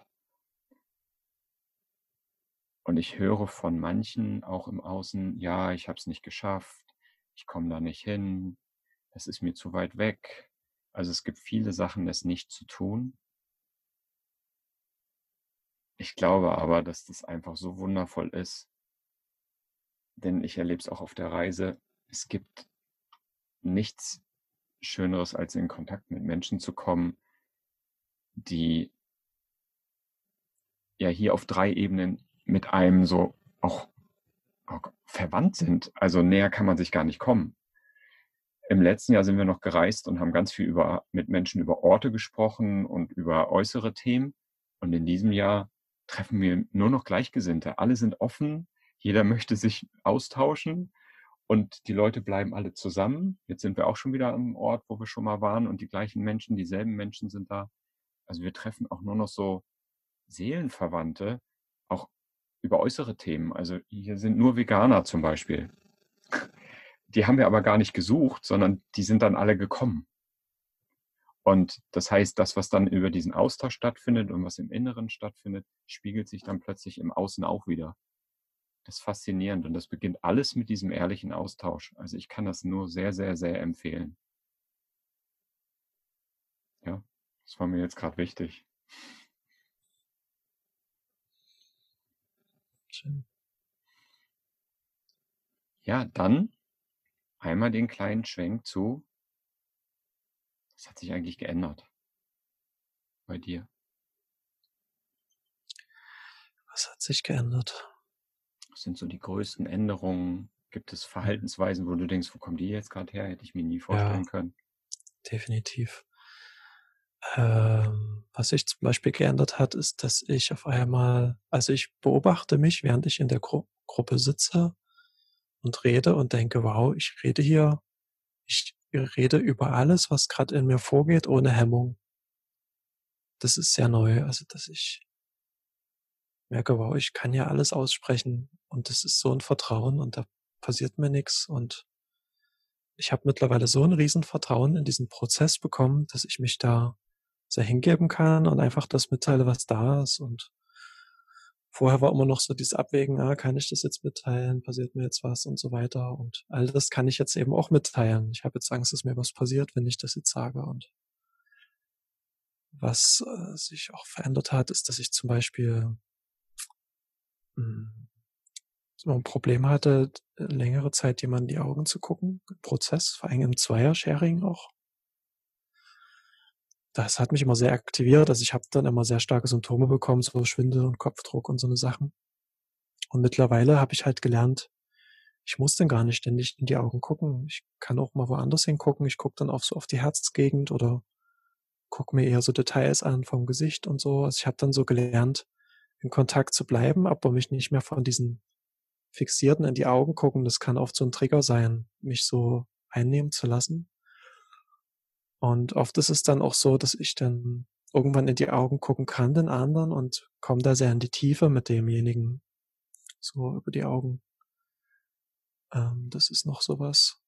Und ich höre von manchen auch im Außen, ja, ich habe es nicht geschafft, ich komme da nicht hin, es ist mir zu weit weg. Also es gibt viele Sachen, das nicht zu tun. Ich glaube aber, dass das einfach so wundervoll ist, denn ich erlebe es auch auf der Reise. Es gibt nichts Schöneres, als in Kontakt mit Menschen zu kommen, die ja hier auf drei Ebenen mit einem so auch, auch verwandt sind. Also näher kann man sich gar nicht kommen. Im letzten Jahr sind wir noch gereist und haben ganz viel über, mit Menschen über Orte gesprochen und über äußere Themen. Und in diesem Jahr treffen wir nur noch Gleichgesinnte. Alle sind offen, jeder möchte sich austauschen und die Leute bleiben alle zusammen. Jetzt sind wir auch schon wieder am Ort, wo wir schon mal waren und die gleichen Menschen, dieselben Menschen sind da. Also wir treffen auch nur noch so Seelenverwandte, auch über äußere Themen. Also hier sind nur Veganer zum Beispiel. Die haben wir aber gar nicht gesucht, sondern die sind dann alle gekommen. Und das heißt, das, was dann über diesen Austausch stattfindet und was im Inneren stattfindet, spiegelt sich dann plötzlich im Außen auch wieder. Das ist faszinierend und das beginnt alles mit diesem ehrlichen Austausch. Also ich kann das nur sehr, sehr, sehr empfehlen. Ja, das war mir jetzt gerade wichtig. Schön. Ja, dann einmal den kleinen Schwenk zu, was hat sich eigentlich geändert bei dir? Was hat sich geändert? Was sind so die größten Änderungen? Gibt es Verhaltensweisen, wo du denkst, wo kommen die jetzt gerade her? Hätte ich mir nie Ja, vorstellen können. definitiv. Ähm, Was sich zum Beispiel geändert hat, ist, dass ich auf einmal, also ich beobachte mich, während ich in der Gru Gruppe sitze und rede und denke, wow, ich rede hier, ich rede über alles, was gerade in mir vorgeht, ohne Hemmung. Das ist sehr neu, also dass ich merke, wow, ich kann ja alles aussprechen und das ist so ein Vertrauen und da passiert mir nichts und ich habe mittlerweile so ein Riesenvertrauen in diesen Prozess bekommen, dass ich mich da sehr hingeben kann und einfach das mitteile, was da ist. Und vorher war immer noch so dieses Abwägen, ah, kann ich das jetzt mitteilen, passiert mir jetzt was und so weiter. Und all das kann ich jetzt eben auch mitteilen. Ich habe jetzt Angst, dass mir was passiert, wenn ich das jetzt sage. Und was äh, sich auch verändert hat, ist, dass ich zum Beispiel mh, so ein Problem hatte, längere Zeit jemanden in die Augen zu gucken, im Prozess, vor allem im Zweier-Sharing auch. Das hat mich immer sehr aktiviert. Also ich habe dann immer sehr starke Symptome bekommen, so Schwindel und Kopfdruck und so eine Sachen. Und mittlerweile habe ich halt gelernt, ich muss dann gar nicht ständig in die Augen gucken. Ich kann auch mal woanders hingucken. Ich gucke dann auf so auf die Herzgegend oder gucke mir eher so Details an vom Gesicht und so. Also ich habe dann so gelernt, in Kontakt zu bleiben, aber mich nicht mehr von diesen Fixierten in die Augen gucken. Das kann oft so ein Trigger sein, mich so einnehmen zu lassen. Und oft ist es dann auch so, dass ich dann irgendwann in die Augen gucken kann, den anderen, und komme da sehr in die Tiefe mit demjenigen, so über die Augen. Ähm, das ist noch sowas.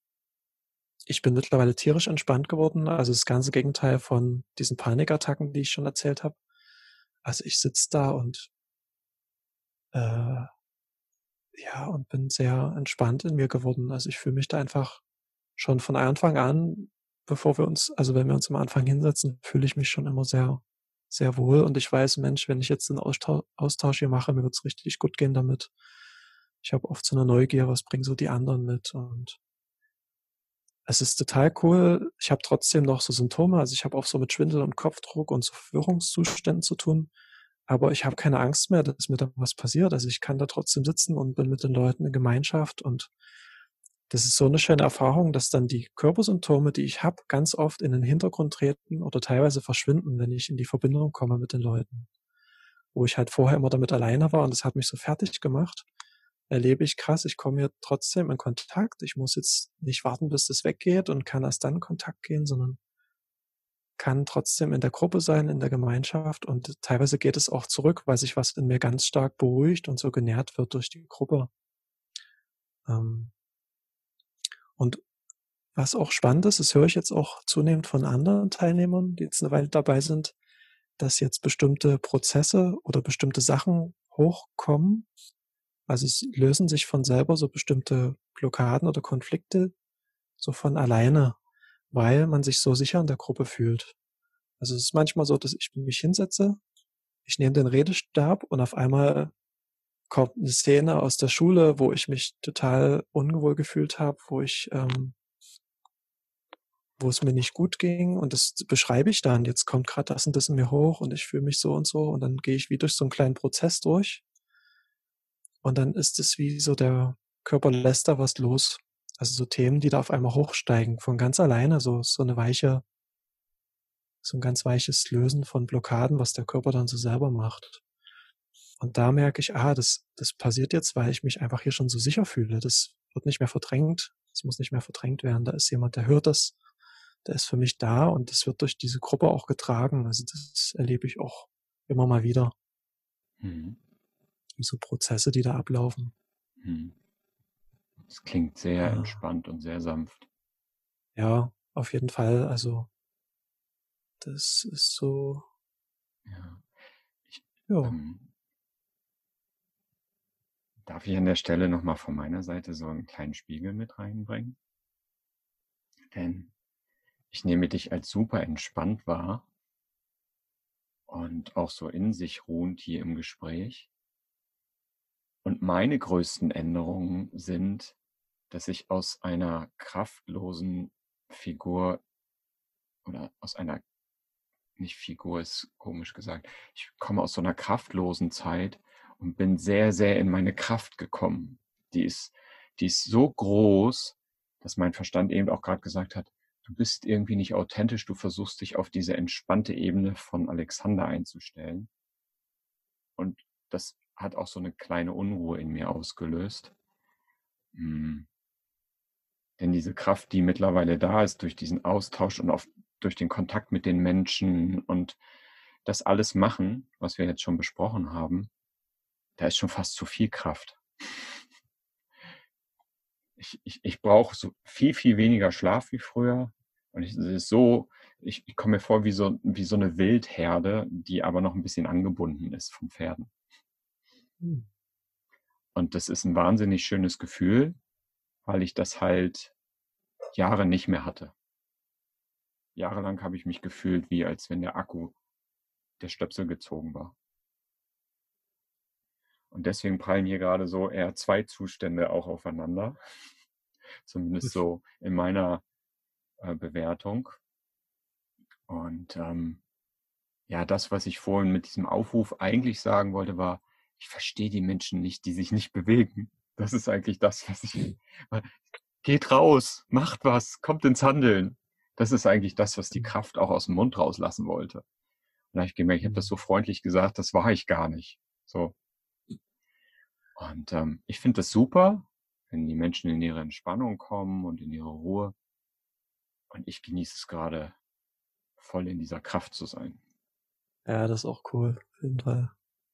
Ich bin mittlerweile tierisch entspannt geworden, also das ganze Gegenteil von diesen Panikattacken, die ich schon erzählt habe. Also ich sitze da und äh, ja, und bin sehr entspannt in mir geworden. Also ich fühle mich da einfach schon von Anfang an, bevor wir uns, also wenn wir uns am Anfang hinsetzen, fühle ich mich schon immer sehr, sehr wohl. Und ich weiß, Mensch, wenn ich jetzt einen Austausch, Austausch hier mache, mir wird's richtig gut gehen damit. Ich habe oft so eine Neugier, was bringen so die anderen mit. Und es ist total cool. Ich habe trotzdem noch so Symptome. Also ich habe auch so mit Schwindel und Kopfdruck und so Verwirrungszuständen zu tun. Aber ich habe keine Angst mehr, dass mir da was passiert. Also ich kann da trotzdem sitzen und bin mit den Leuten in Gemeinschaft, und das ist so eine schöne Erfahrung, dass dann die Körpersymptome, die ich habe, ganz oft in den Hintergrund treten oder teilweise verschwinden, wenn ich in die Verbindung komme mit den Leuten. Wo ich halt vorher immer damit alleine war und das hat mich so fertig gemacht, erlebe ich krass, ich komme hier trotzdem in Kontakt. Ich muss jetzt nicht warten, bis das weggeht und kann erst dann in Kontakt gehen, sondern kann trotzdem in der Gruppe sein, in der Gemeinschaft, und teilweise geht es auch zurück, weil sich was in mir ganz stark beruhigt und so genährt wird durch die Gruppe. Ähm, und was auch spannend ist, das höre ich jetzt auch zunehmend von anderen Teilnehmern, die jetzt eine Weile dabei sind, dass jetzt bestimmte Prozesse oder bestimmte Sachen hochkommen. Also es lösen sich von selber so bestimmte Blockaden oder Konflikte so von alleine, weil man sich so sicher in der Gruppe fühlt. Also es ist manchmal so, dass ich mich hinsetze, ich nehme den Redestab und auf einmal kommt eine Szene aus der Schule, wo ich mich total unwohl gefühlt habe, wo ich ähm, wo es mir nicht gut ging, und das beschreibe ich dann. Jetzt kommt gerade das und das in mir hoch und ich fühle mich so und so, und dann gehe ich wie durch so einen kleinen Prozess durch und dann ist es wie so, der Körper lässt da was los. Also so Themen, die da auf einmal hochsteigen, von ganz alleine, so, so eine weiche, so ein ganz weiches Lösen von Blockaden, was der Körper dann so selber macht. Und da merke ich, ah, das, das passiert jetzt, weil ich mich einfach hier schon so sicher fühle. Das wird nicht mehr verdrängt. Das muss nicht mehr verdrängt werden. Da ist jemand, der hört das, der ist für mich da, und das wird durch diese Gruppe auch getragen. Also das erlebe ich auch immer mal wieder. Mhm. So Prozesse, die da ablaufen. Mhm. Das klingt sehr Ja. entspannt und sehr sanft. Ja, auf jeden Fall. Also das ist so, Ja. Ich, ja. ähm, darf ich an der Stelle nochmal von meiner Seite so einen kleinen Spiegel mit reinbringen? Denn ich nehme dich als super entspannt wahr und auch so in sich ruhend hier im Gespräch. Und meine größten Änderungen sind, dass ich aus einer kraftlosen Figur oder aus einer, nicht Figur ist komisch gesagt, ich komme aus so einer kraftlosen Zeit und bin sehr, sehr in meine Kraft gekommen. Die ist, die ist so groß, dass mein Verstand eben auch gerade gesagt hat, du bist irgendwie nicht authentisch, du versuchst dich auf diese entspannte Ebene von Alexander einzustellen. Und das hat auch so eine kleine Unruhe in mir ausgelöst. Hm. Denn diese Kraft, die mittlerweile da ist durch diesen Austausch und auf, durch den Kontakt mit den Menschen und das alles machen, was wir jetzt schon besprochen haben, da ist schon fast zu viel Kraft. Ich, ich, ich brauche so viel, viel weniger Schlaf wie früher. Und ich, es ist so, ich, ich komme mir vor wie so, wie so eine Wildherde, die aber noch ein bisschen angebunden ist von Pferden. Hm. Und das ist ein wahnsinnig schönes Gefühl, weil ich das halt Jahre nicht mehr hatte. Jahrelang habe ich mich gefühlt, wie als wenn der Akku, der Stöpsel gezogen war. Und deswegen prallen hier gerade so eher zwei Zustände auch aufeinander. Zumindest so in meiner äh, Bewertung. Und ähm, ja, das, was ich vorhin mit diesem Aufruf eigentlich sagen wollte, war, ich verstehe die Menschen nicht, die sich nicht bewegen. Das ist eigentlich das, was ich... Geht raus, macht was, kommt ins Handeln. Das ist eigentlich das, was die Kraft auch aus dem Mund rauslassen wollte. Und da habe ich gemerkt, ich habe das so freundlich gesagt, das war ich gar nicht. So. Und ähm, ich finde das super, wenn die Menschen in ihre Entspannung kommen und in ihre Ruhe. Und ich genieße es gerade, voll in dieser Kraft zu sein. Ja, das ist auch cool, auf jeden Fall.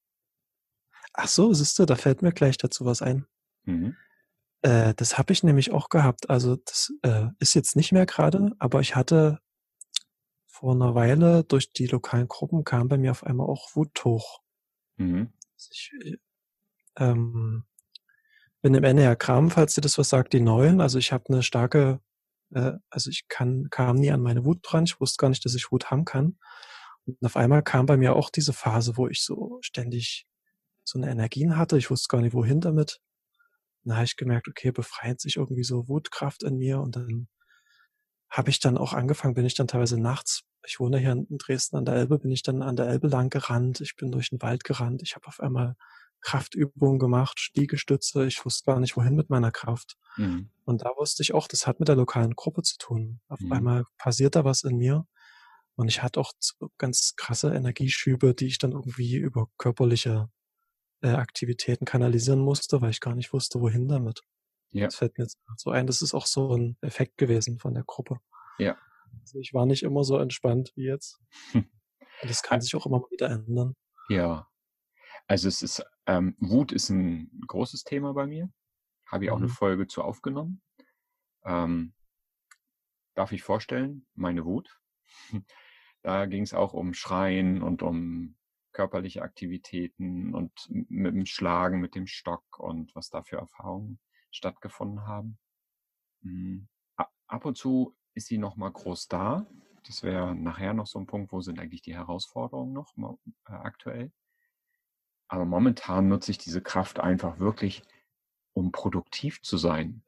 Ach so, siehst du, da fällt mir gleich dazu was ein. Mhm. Äh, das habe ich nämlich auch gehabt. Also das äh, ist jetzt nicht mehr gerade, aber ich hatte vor einer Weile durch die lokalen Gruppen kam bei mir auf einmal auch Wut hoch. Mhm. Ich ähm, bin im Enneagramm, falls dir das was sagt, die Neuen. Also ich habe eine starke, äh, also ich kann, kam nie an meine Wut dran. Ich wusste gar nicht, dass ich Wut haben kann. Und auf einmal kam bei mir auch diese Phase, wo ich so ständig so eine Energien hatte. Ich wusste gar nicht, wohin damit. Und da habe ich gemerkt, okay, befreit sich irgendwie so Wutkraft in mir. Und dann habe ich dann auch angefangen, bin ich dann teilweise nachts, ich wohne hier in Dresden an der Elbe, bin ich dann an der Elbe lang gerannt. Ich bin durch den Wald gerannt. Ich habe auf einmal Kraftübungen gemacht, Liegestütze. Ich wusste gar nicht, wohin mit meiner Kraft. Mhm. Und da wusste ich auch, das hat mit der lokalen Gruppe zu tun. Auf Mhm. einmal passiert da was in mir. Und ich hatte auch ganz krasse Energieschübe, die ich dann irgendwie über körperliche äh, Aktivitäten kanalisieren musste, weil ich gar nicht wusste, wohin damit. Ja. Das fällt mir jetzt so ein. Das ist auch so ein Effekt gewesen von der Gruppe. Ja. Also ich war nicht immer so entspannt wie jetzt. Und das kann sich auch immer mal wieder ändern. Ja. Also es ist, ähm, Wut ist ein großes Thema bei mir. Habe ich auch eine Mhm. Folge zu aufgenommen. Ähm, darf ich vorstellen, meine Wut. Da ging es auch um Schreien und um körperliche Aktivitäten und mit dem Schlagen, mit dem Stock und was da für Erfahrungen stattgefunden haben. Mhm. Ab und zu ist sie noch mal groß da. Das wäre nachher noch so ein Punkt, wo sind eigentlich die Herausforderungen noch äh, aktuell. Aber momentan nutze ich diese Kraft einfach wirklich, um produktiv zu sein.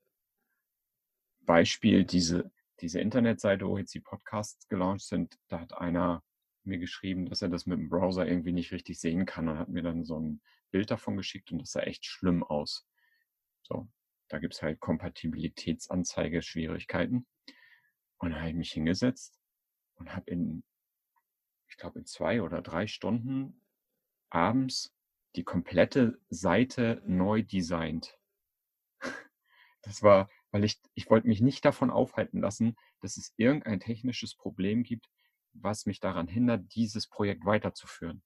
Beispiel, diese, diese Internetseite, wo jetzt die Podcasts gelauncht sind, da hat einer mir geschrieben, dass er das mit dem Browser irgendwie nicht richtig sehen kann und hat mir dann so ein Bild davon geschickt und das sah echt schlimm aus. So, da gibt es halt Kompatibilitätsanzeige, Schwierigkeiten. Und da habe ich mich hingesetzt und habe in, ich glaube, in zwei oder drei Stunden abends die komplette Seite neu designt. Das war, weil ich, ich wollte mich nicht davon aufhalten lassen, dass es irgendein technisches Problem gibt, was mich daran hindert, dieses Projekt weiterzuführen.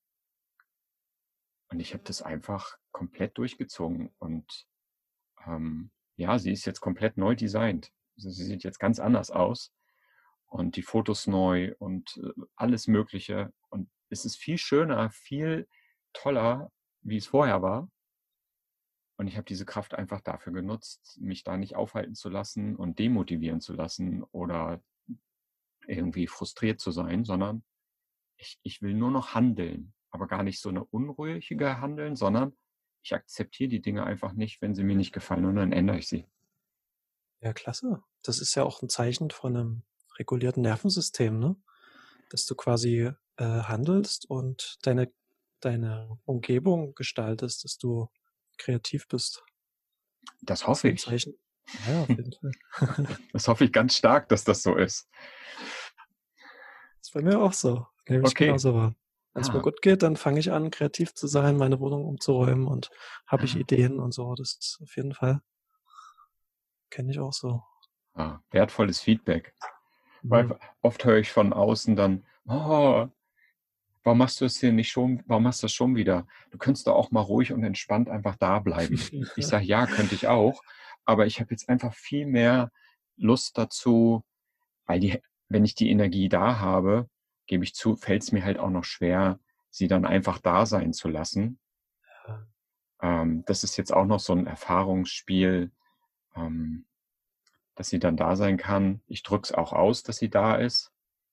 Und ich habe das einfach komplett durchgezogen. Und ähm, ja, sie ist jetzt komplett neu designt. Also sie sieht jetzt ganz anders aus. Und die Fotos neu und äh, alles Mögliche. Und es ist viel schöner, viel toller, wie es vorher war. Und ich habe diese Kraft einfach dafür genutzt, mich da nicht aufhalten zu lassen und demotivieren zu lassen oder irgendwie frustriert zu sein, sondern ich, ich will nur noch handeln, aber gar nicht so eine unruhige Handeln, sondern ich akzeptiere die Dinge einfach nicht, wenn sie mir nicht gefallen und dann ändere ich sie. Ja, klasse. Das ist ja auch ein Zeichen von einem regulierten Nervensystem, ne? Dass du quasi äh, handelst und deine, deine Umgebung gestaltest, dass du kreativ bist. Das Das ist hoffe ein ich. Zeichen. Ja, auf jeden Fall. Das hoffe ich ganz stark, dass das so ist. Das ist bei mir auch so. Nehme ich Okay. genauso wahr. Wenn es mir Ah, gut geht, dann fange ich an, kreativ zu sein, meine Wohnung umzuräumen und habe ich ah, Ideen und so. Das ist auf jeden Fall, kenne ich auch so. ah, wertvolles Feedback. Weil Mhm. oft höre ich von außen dann, oh, warum machst du es hier nicht schon, warum machst du das schon wieder? Du könntest doch auch mal ruhig und entspannt einfach da bleiben. Ich sage, ja, könnte ich auch, aber ich habe jetzt einfach viel mehr Lust dazu, weil die, wenn ich die Energie da habe, gebe ich zu, fällt es mir halt auch noch schwer, sie dann einfach da sein zu lassen. Ja. Ähm, das ist jetzt auch noch so ein Erfahrungsspiel, ähm, dass sie dann da sein kann. Ich drücke es auch aus, dass sie da ist.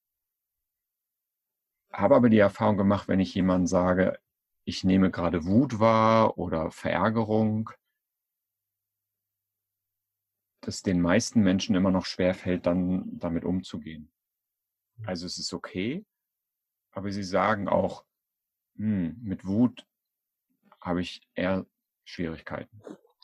Habe aber die Erfahrung gemacht, wenn ich jemandem sage, ich nehme gerade Wut wahr oder Verärgerung, dass den meisten Menschen immer noch schwerfällt, dann damit umzugehen. Also es ist okay, aber sie sagen auch, hm, mit Wut habe ich eher Schwierigkeiten.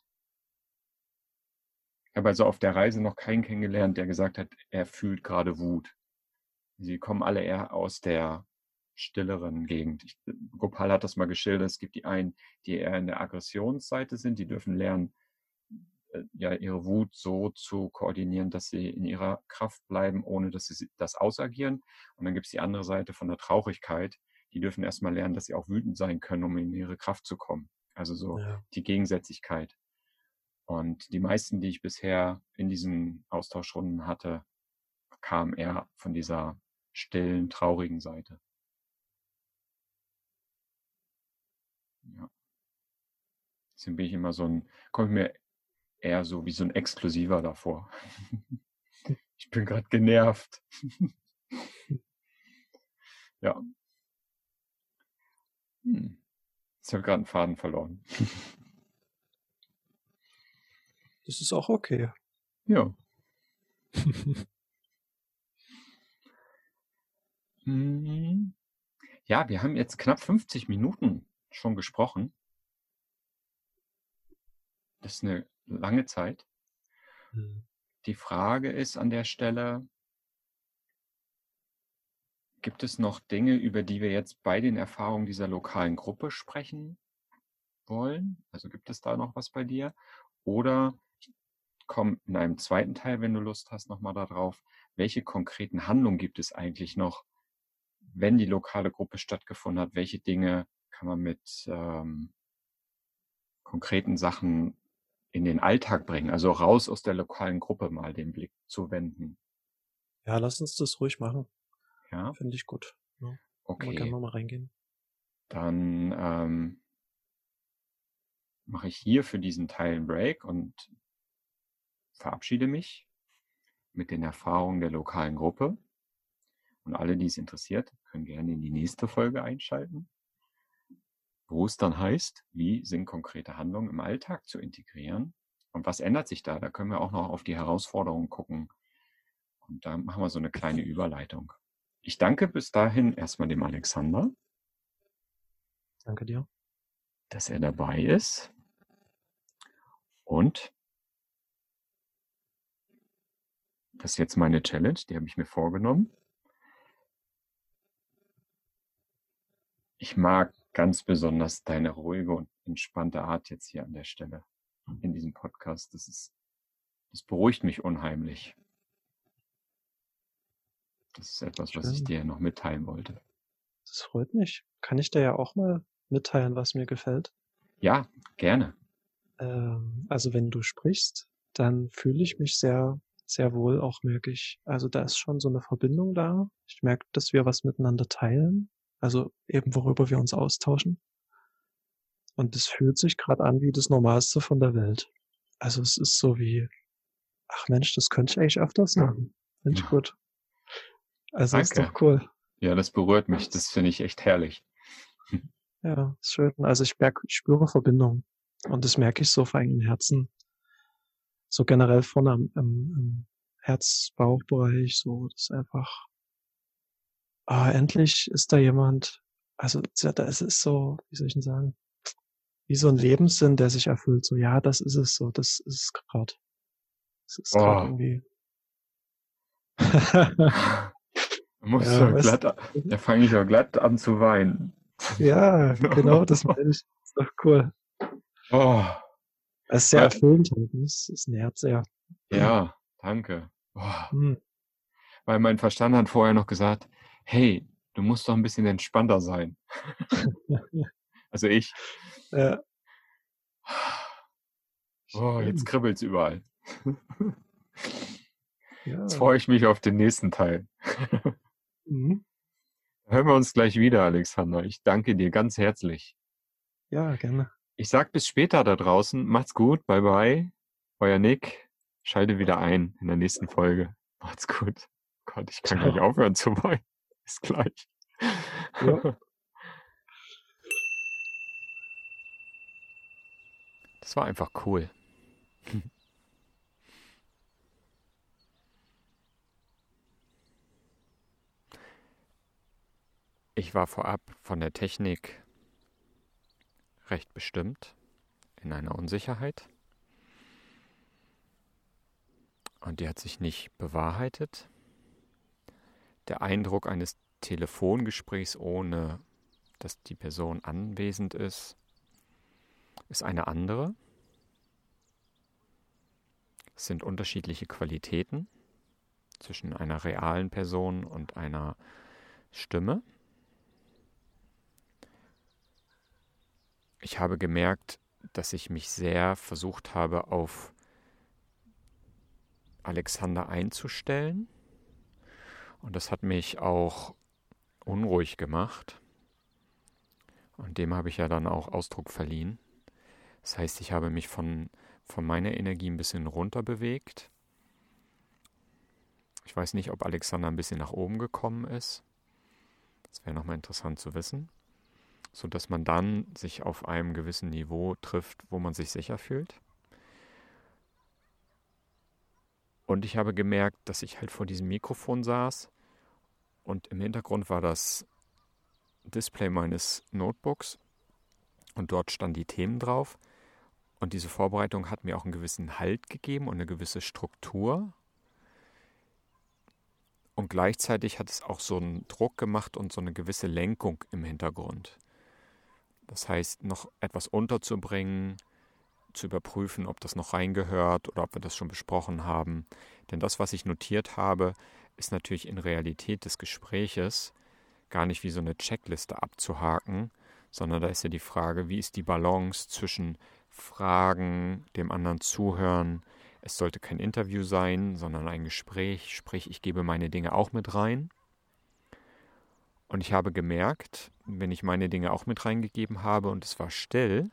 Ich habe also auf der Reise noch keinen kennengelernt, der gesagt hat, er fühlt gerade Wut. Sie kommen alle eher aus der stilleren Gegend. Ich, Gopal hat das mal geschildert, es gibt die einen, die eher in der Aggressionsseite sind, die dürfen lernen, äh, ja, ihre Wut so zu koordinieren, dass sie in ihrer Kraft bleiben, ohne dass sie das ausagieren. Und dann gibt es die andere Seite von der Traurigkeit, die dürfen erstmal lernen, dass sie auch wütend sein können, um in ihre Kraft zu kommen. Also so Ja. die Gegensätzlichkeit. Und die meisten, die ich bisher in diesen Austauschrunden hatte, kamen eher von dieser stillen, traurigen Seite. Ja. Deswegen bin ich immer so ein, komme ich mir eher so wie so ein Exklusiver davor. Ich bin gerade genervt. Ja. Hm. Jetzt habe ich gerade einen Faden verloren. Das ist auch okay. Ja. Hm. Ja, wir haben jetzt knapp fünfzig Minuten schon gesprochen. Das ist eine lange Zeit. Mhm. Die Frage ist an der Stelle, gibt es noch Dinge, über die wir jetzt bei den Erfahrungen dieser lokalen Gruppe sprechen wollen? Also gibt es da noch was bei dir? Oder ich komme in einem zweiten Teil, wenn du Lust hast, nochmal darauf, welche konkreten Handlungen gibt es eigentlich noch, wenn die lokale Gruppe stattgefunden hat? Welche Dinge kann man mit ähm, konkreten Sachen in den Alltag bringen? Also raus aus der lokalen Gruppe mal den Blick zu wenden. Ja, lass uns das ruhig machen. Ja, Finde ich gut. Ja. Können wir gerne okay. nochmal reingehen. Dann ähm, mache ich hier für diesen Teil einen Break und verabschiede mich mit den Erfahrungen der lokalen Gruppe. Und alle, die es interessiert, können gerne in die nächste Folge einschalten, wo es dann heißt, wie sind konkrete Handlungen im Alltag zu integrieren und was ändert sich da? Da können wir auch noch auf die Herausforderungen gucken. Und da machen wir so eine kleine Überleitung. Ich danke bis dahin erstmal dem Alexander, Danke dir. dass er dabei ist. Und das ist jetzt meine Challenge, die habe ich mir vorgenommen. Ich mag ganz besonders deine ruhige und entspannte Art jetzt hier an der Stelle in diesem Podcast. Das ist, das beruhigt mich unheimlich. Das ist etwas, was ich Schön. dir noch mitteilen wollte. Das freut mich. Kann ich dir ja auch mal mitteilen, was mir gefällt? Ja, gerne. Ähm, also wenn du sprichst, dann fühle ich mich sehr, sehr wohl, auch merke ich. Also da ist schon so eine Verbindung da. Ich merke, dass wir was miteinander teilen. Also eben worüber wir uns austauschen. Und es fühlt sich gerade an wie das Normalste von der Welt. Also es ist so wie, ach Mensch, das könnte ich eigentlich öfters machen. Finde ich gut. Also ist doch Danke. cool. Ja, das berührt mich. Das finde ich echt herrlich. Ja, ist schön. Also ich merke, ich spüre Verbindung. Und das merke ich so vor allem im Herzen. So generell vorne am, im, im Herz-Bauch-Bereich, so, das ist einfach, ah, endlich ist da jemand, also, ja, da ist es so, wie soll ich denn sagen, wie so ein Lebenssinn, der sich erfüllt, so, ja, das ist es so, das ist es gerade. Es ist gerade Oh, irgendwie. da musst Ja, du weißt glatt, da fange ich ja glatt an zu weinen. ja, genau, das meine ich. Ist doch cool. Oh, Es ist sehr weil- erfüllend halt, ne? Es es nährt sehr. ja, danke. Oh, Hm. weil mein Verstand hat vorher noch gesagt, hey, du musst doch ein bisschen entspannter sein. Also ich. Ja, Oh, jetzt schön. kribbelt's überall. Jetzt Ja. freue ich mich auf den nächsten Teil. Mhm. Hören wir uns gleich wieder, Alexander. Ich danke dir ganz herzlich. Ja, gerne. Ich sag bis später da draußen. Macht's gut. Bye bye. Euer Nick. Schalte wieder ein in der nächsten Folge. Macht's gut. Gott, ich kann gar nicht Ciao. aufhören zu weinen. Bis gleich. Ja. Das war einfach cool. Ich war vorab von der Technik recht bestimmt in einer Unsicherheit. Und die hat sich nicht bewahrheitet. Der Eindruck eines Telefongesprächs, ohne dass die Person anwesend ist, ist eine andere. Es sind unterschiedliche Qualitäten zwischen einer realen Person und einer Stimme. Ich habe gemerkt, dass ich mich sehr versucht habe, auf Alexander einzustellen. Und das hat mich auch unruhig gemacht. Und dem habe ich ja dann auch Ausdruck verliehen. Das heißt, ich habe mich von, von meiner Energie ein bisschen runter bewegt. Ich weiß nicht, ob Alexander ein bisschen nach oben gekommen ist. Das wäre nochmal interessant zu wissen. Sodass man dann sich auf einem gewissen Niveau trifft, wo man sich sicher fühlt. Und ich habe gemerkt, dass ich halt vor diesem Mikrofon saß und im Hintergrund war das Display meines Notebooks und dort standen die Themen drauf. Und diese Vorbereitung hat mir auch einen gewissen Halt gegeben und eine gewisse Struktur. Und gleichzeitig hat es auch so einen Druck gemacht und so eine gewisse Lenkung im Hintergrund. Das heißt, noch etwas unterzubringen, zu überprüfen, ob das noch reingehört oder ob wir das schon besprochen haben. Denn das, was ich notiert habe, ist natürlich in Realität des Gespräches gar nicht wie so eine Checkliste abzuhaken, sondern da ist ja die Frage, wie ist die Balance zwischen Fragen, dem anderen zuhören. Es sollte kein Interview sein, sondern ein Gespräch, sprich, ich gebe meine Dinge auch mit rein. Und ich habe gemerkt, wenn ich meine Dinge auch mit reingegeben habe und es war still,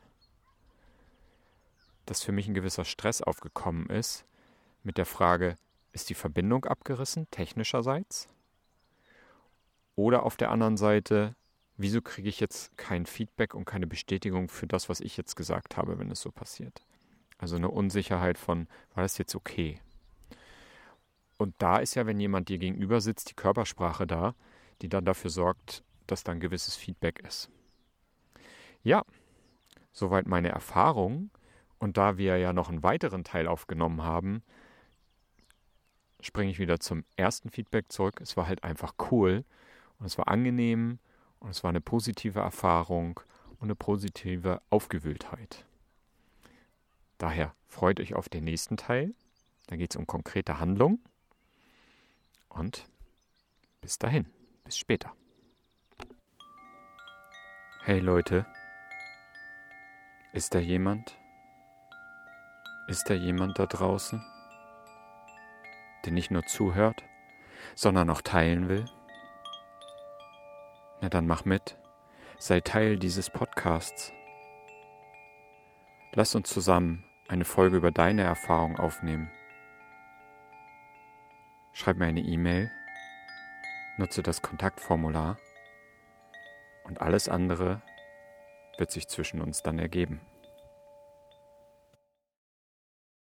dass für mich ein gewisser Stress aufgekommen ist mit der Frage, ist die Verbindung abgerissen, technischerseits? Oder auf der anderen Seite, wieso kriege ich jetzt kein Feedback und keine Bestätigung für das, was ich jetzt gesagt habe, wenn es so passiert? Also eine Unsicherheit von, war das jetzt okay? Und da ist ja, wenn jemand dir gegenüber sitzt, die Körpersprache da, die dann dafür sorgt, dass da ein gewisses Feedback ist. Ja, soweit meine Erfahrung. Und da wir ja noch einen weiteren Teil aufgenommen haben, springe ich wieder zum ersten Feedback zurück. Es war halt einfach cool und es war angenehm und es war eine positive Erfahrung und eine positive Aufgewühltheit. Daher freut euch auf den nächsten Teil. Da geht es um konkrete Handlungen. Und bis dahin, bis später. Hey Leute, ist da jemand? Ist da jemand da draußen, der nicht nur zuhört, sondern auch teilen will? Na dann mach mit, sei Teil dieses Podcasts. Lass uns zusammen eine Folge über deine Erfahrung aufnehmen. Schreib mir eine E-Mail, nutze das Kontaktformular und alles andere wird sich zwischen uns dann ergeben.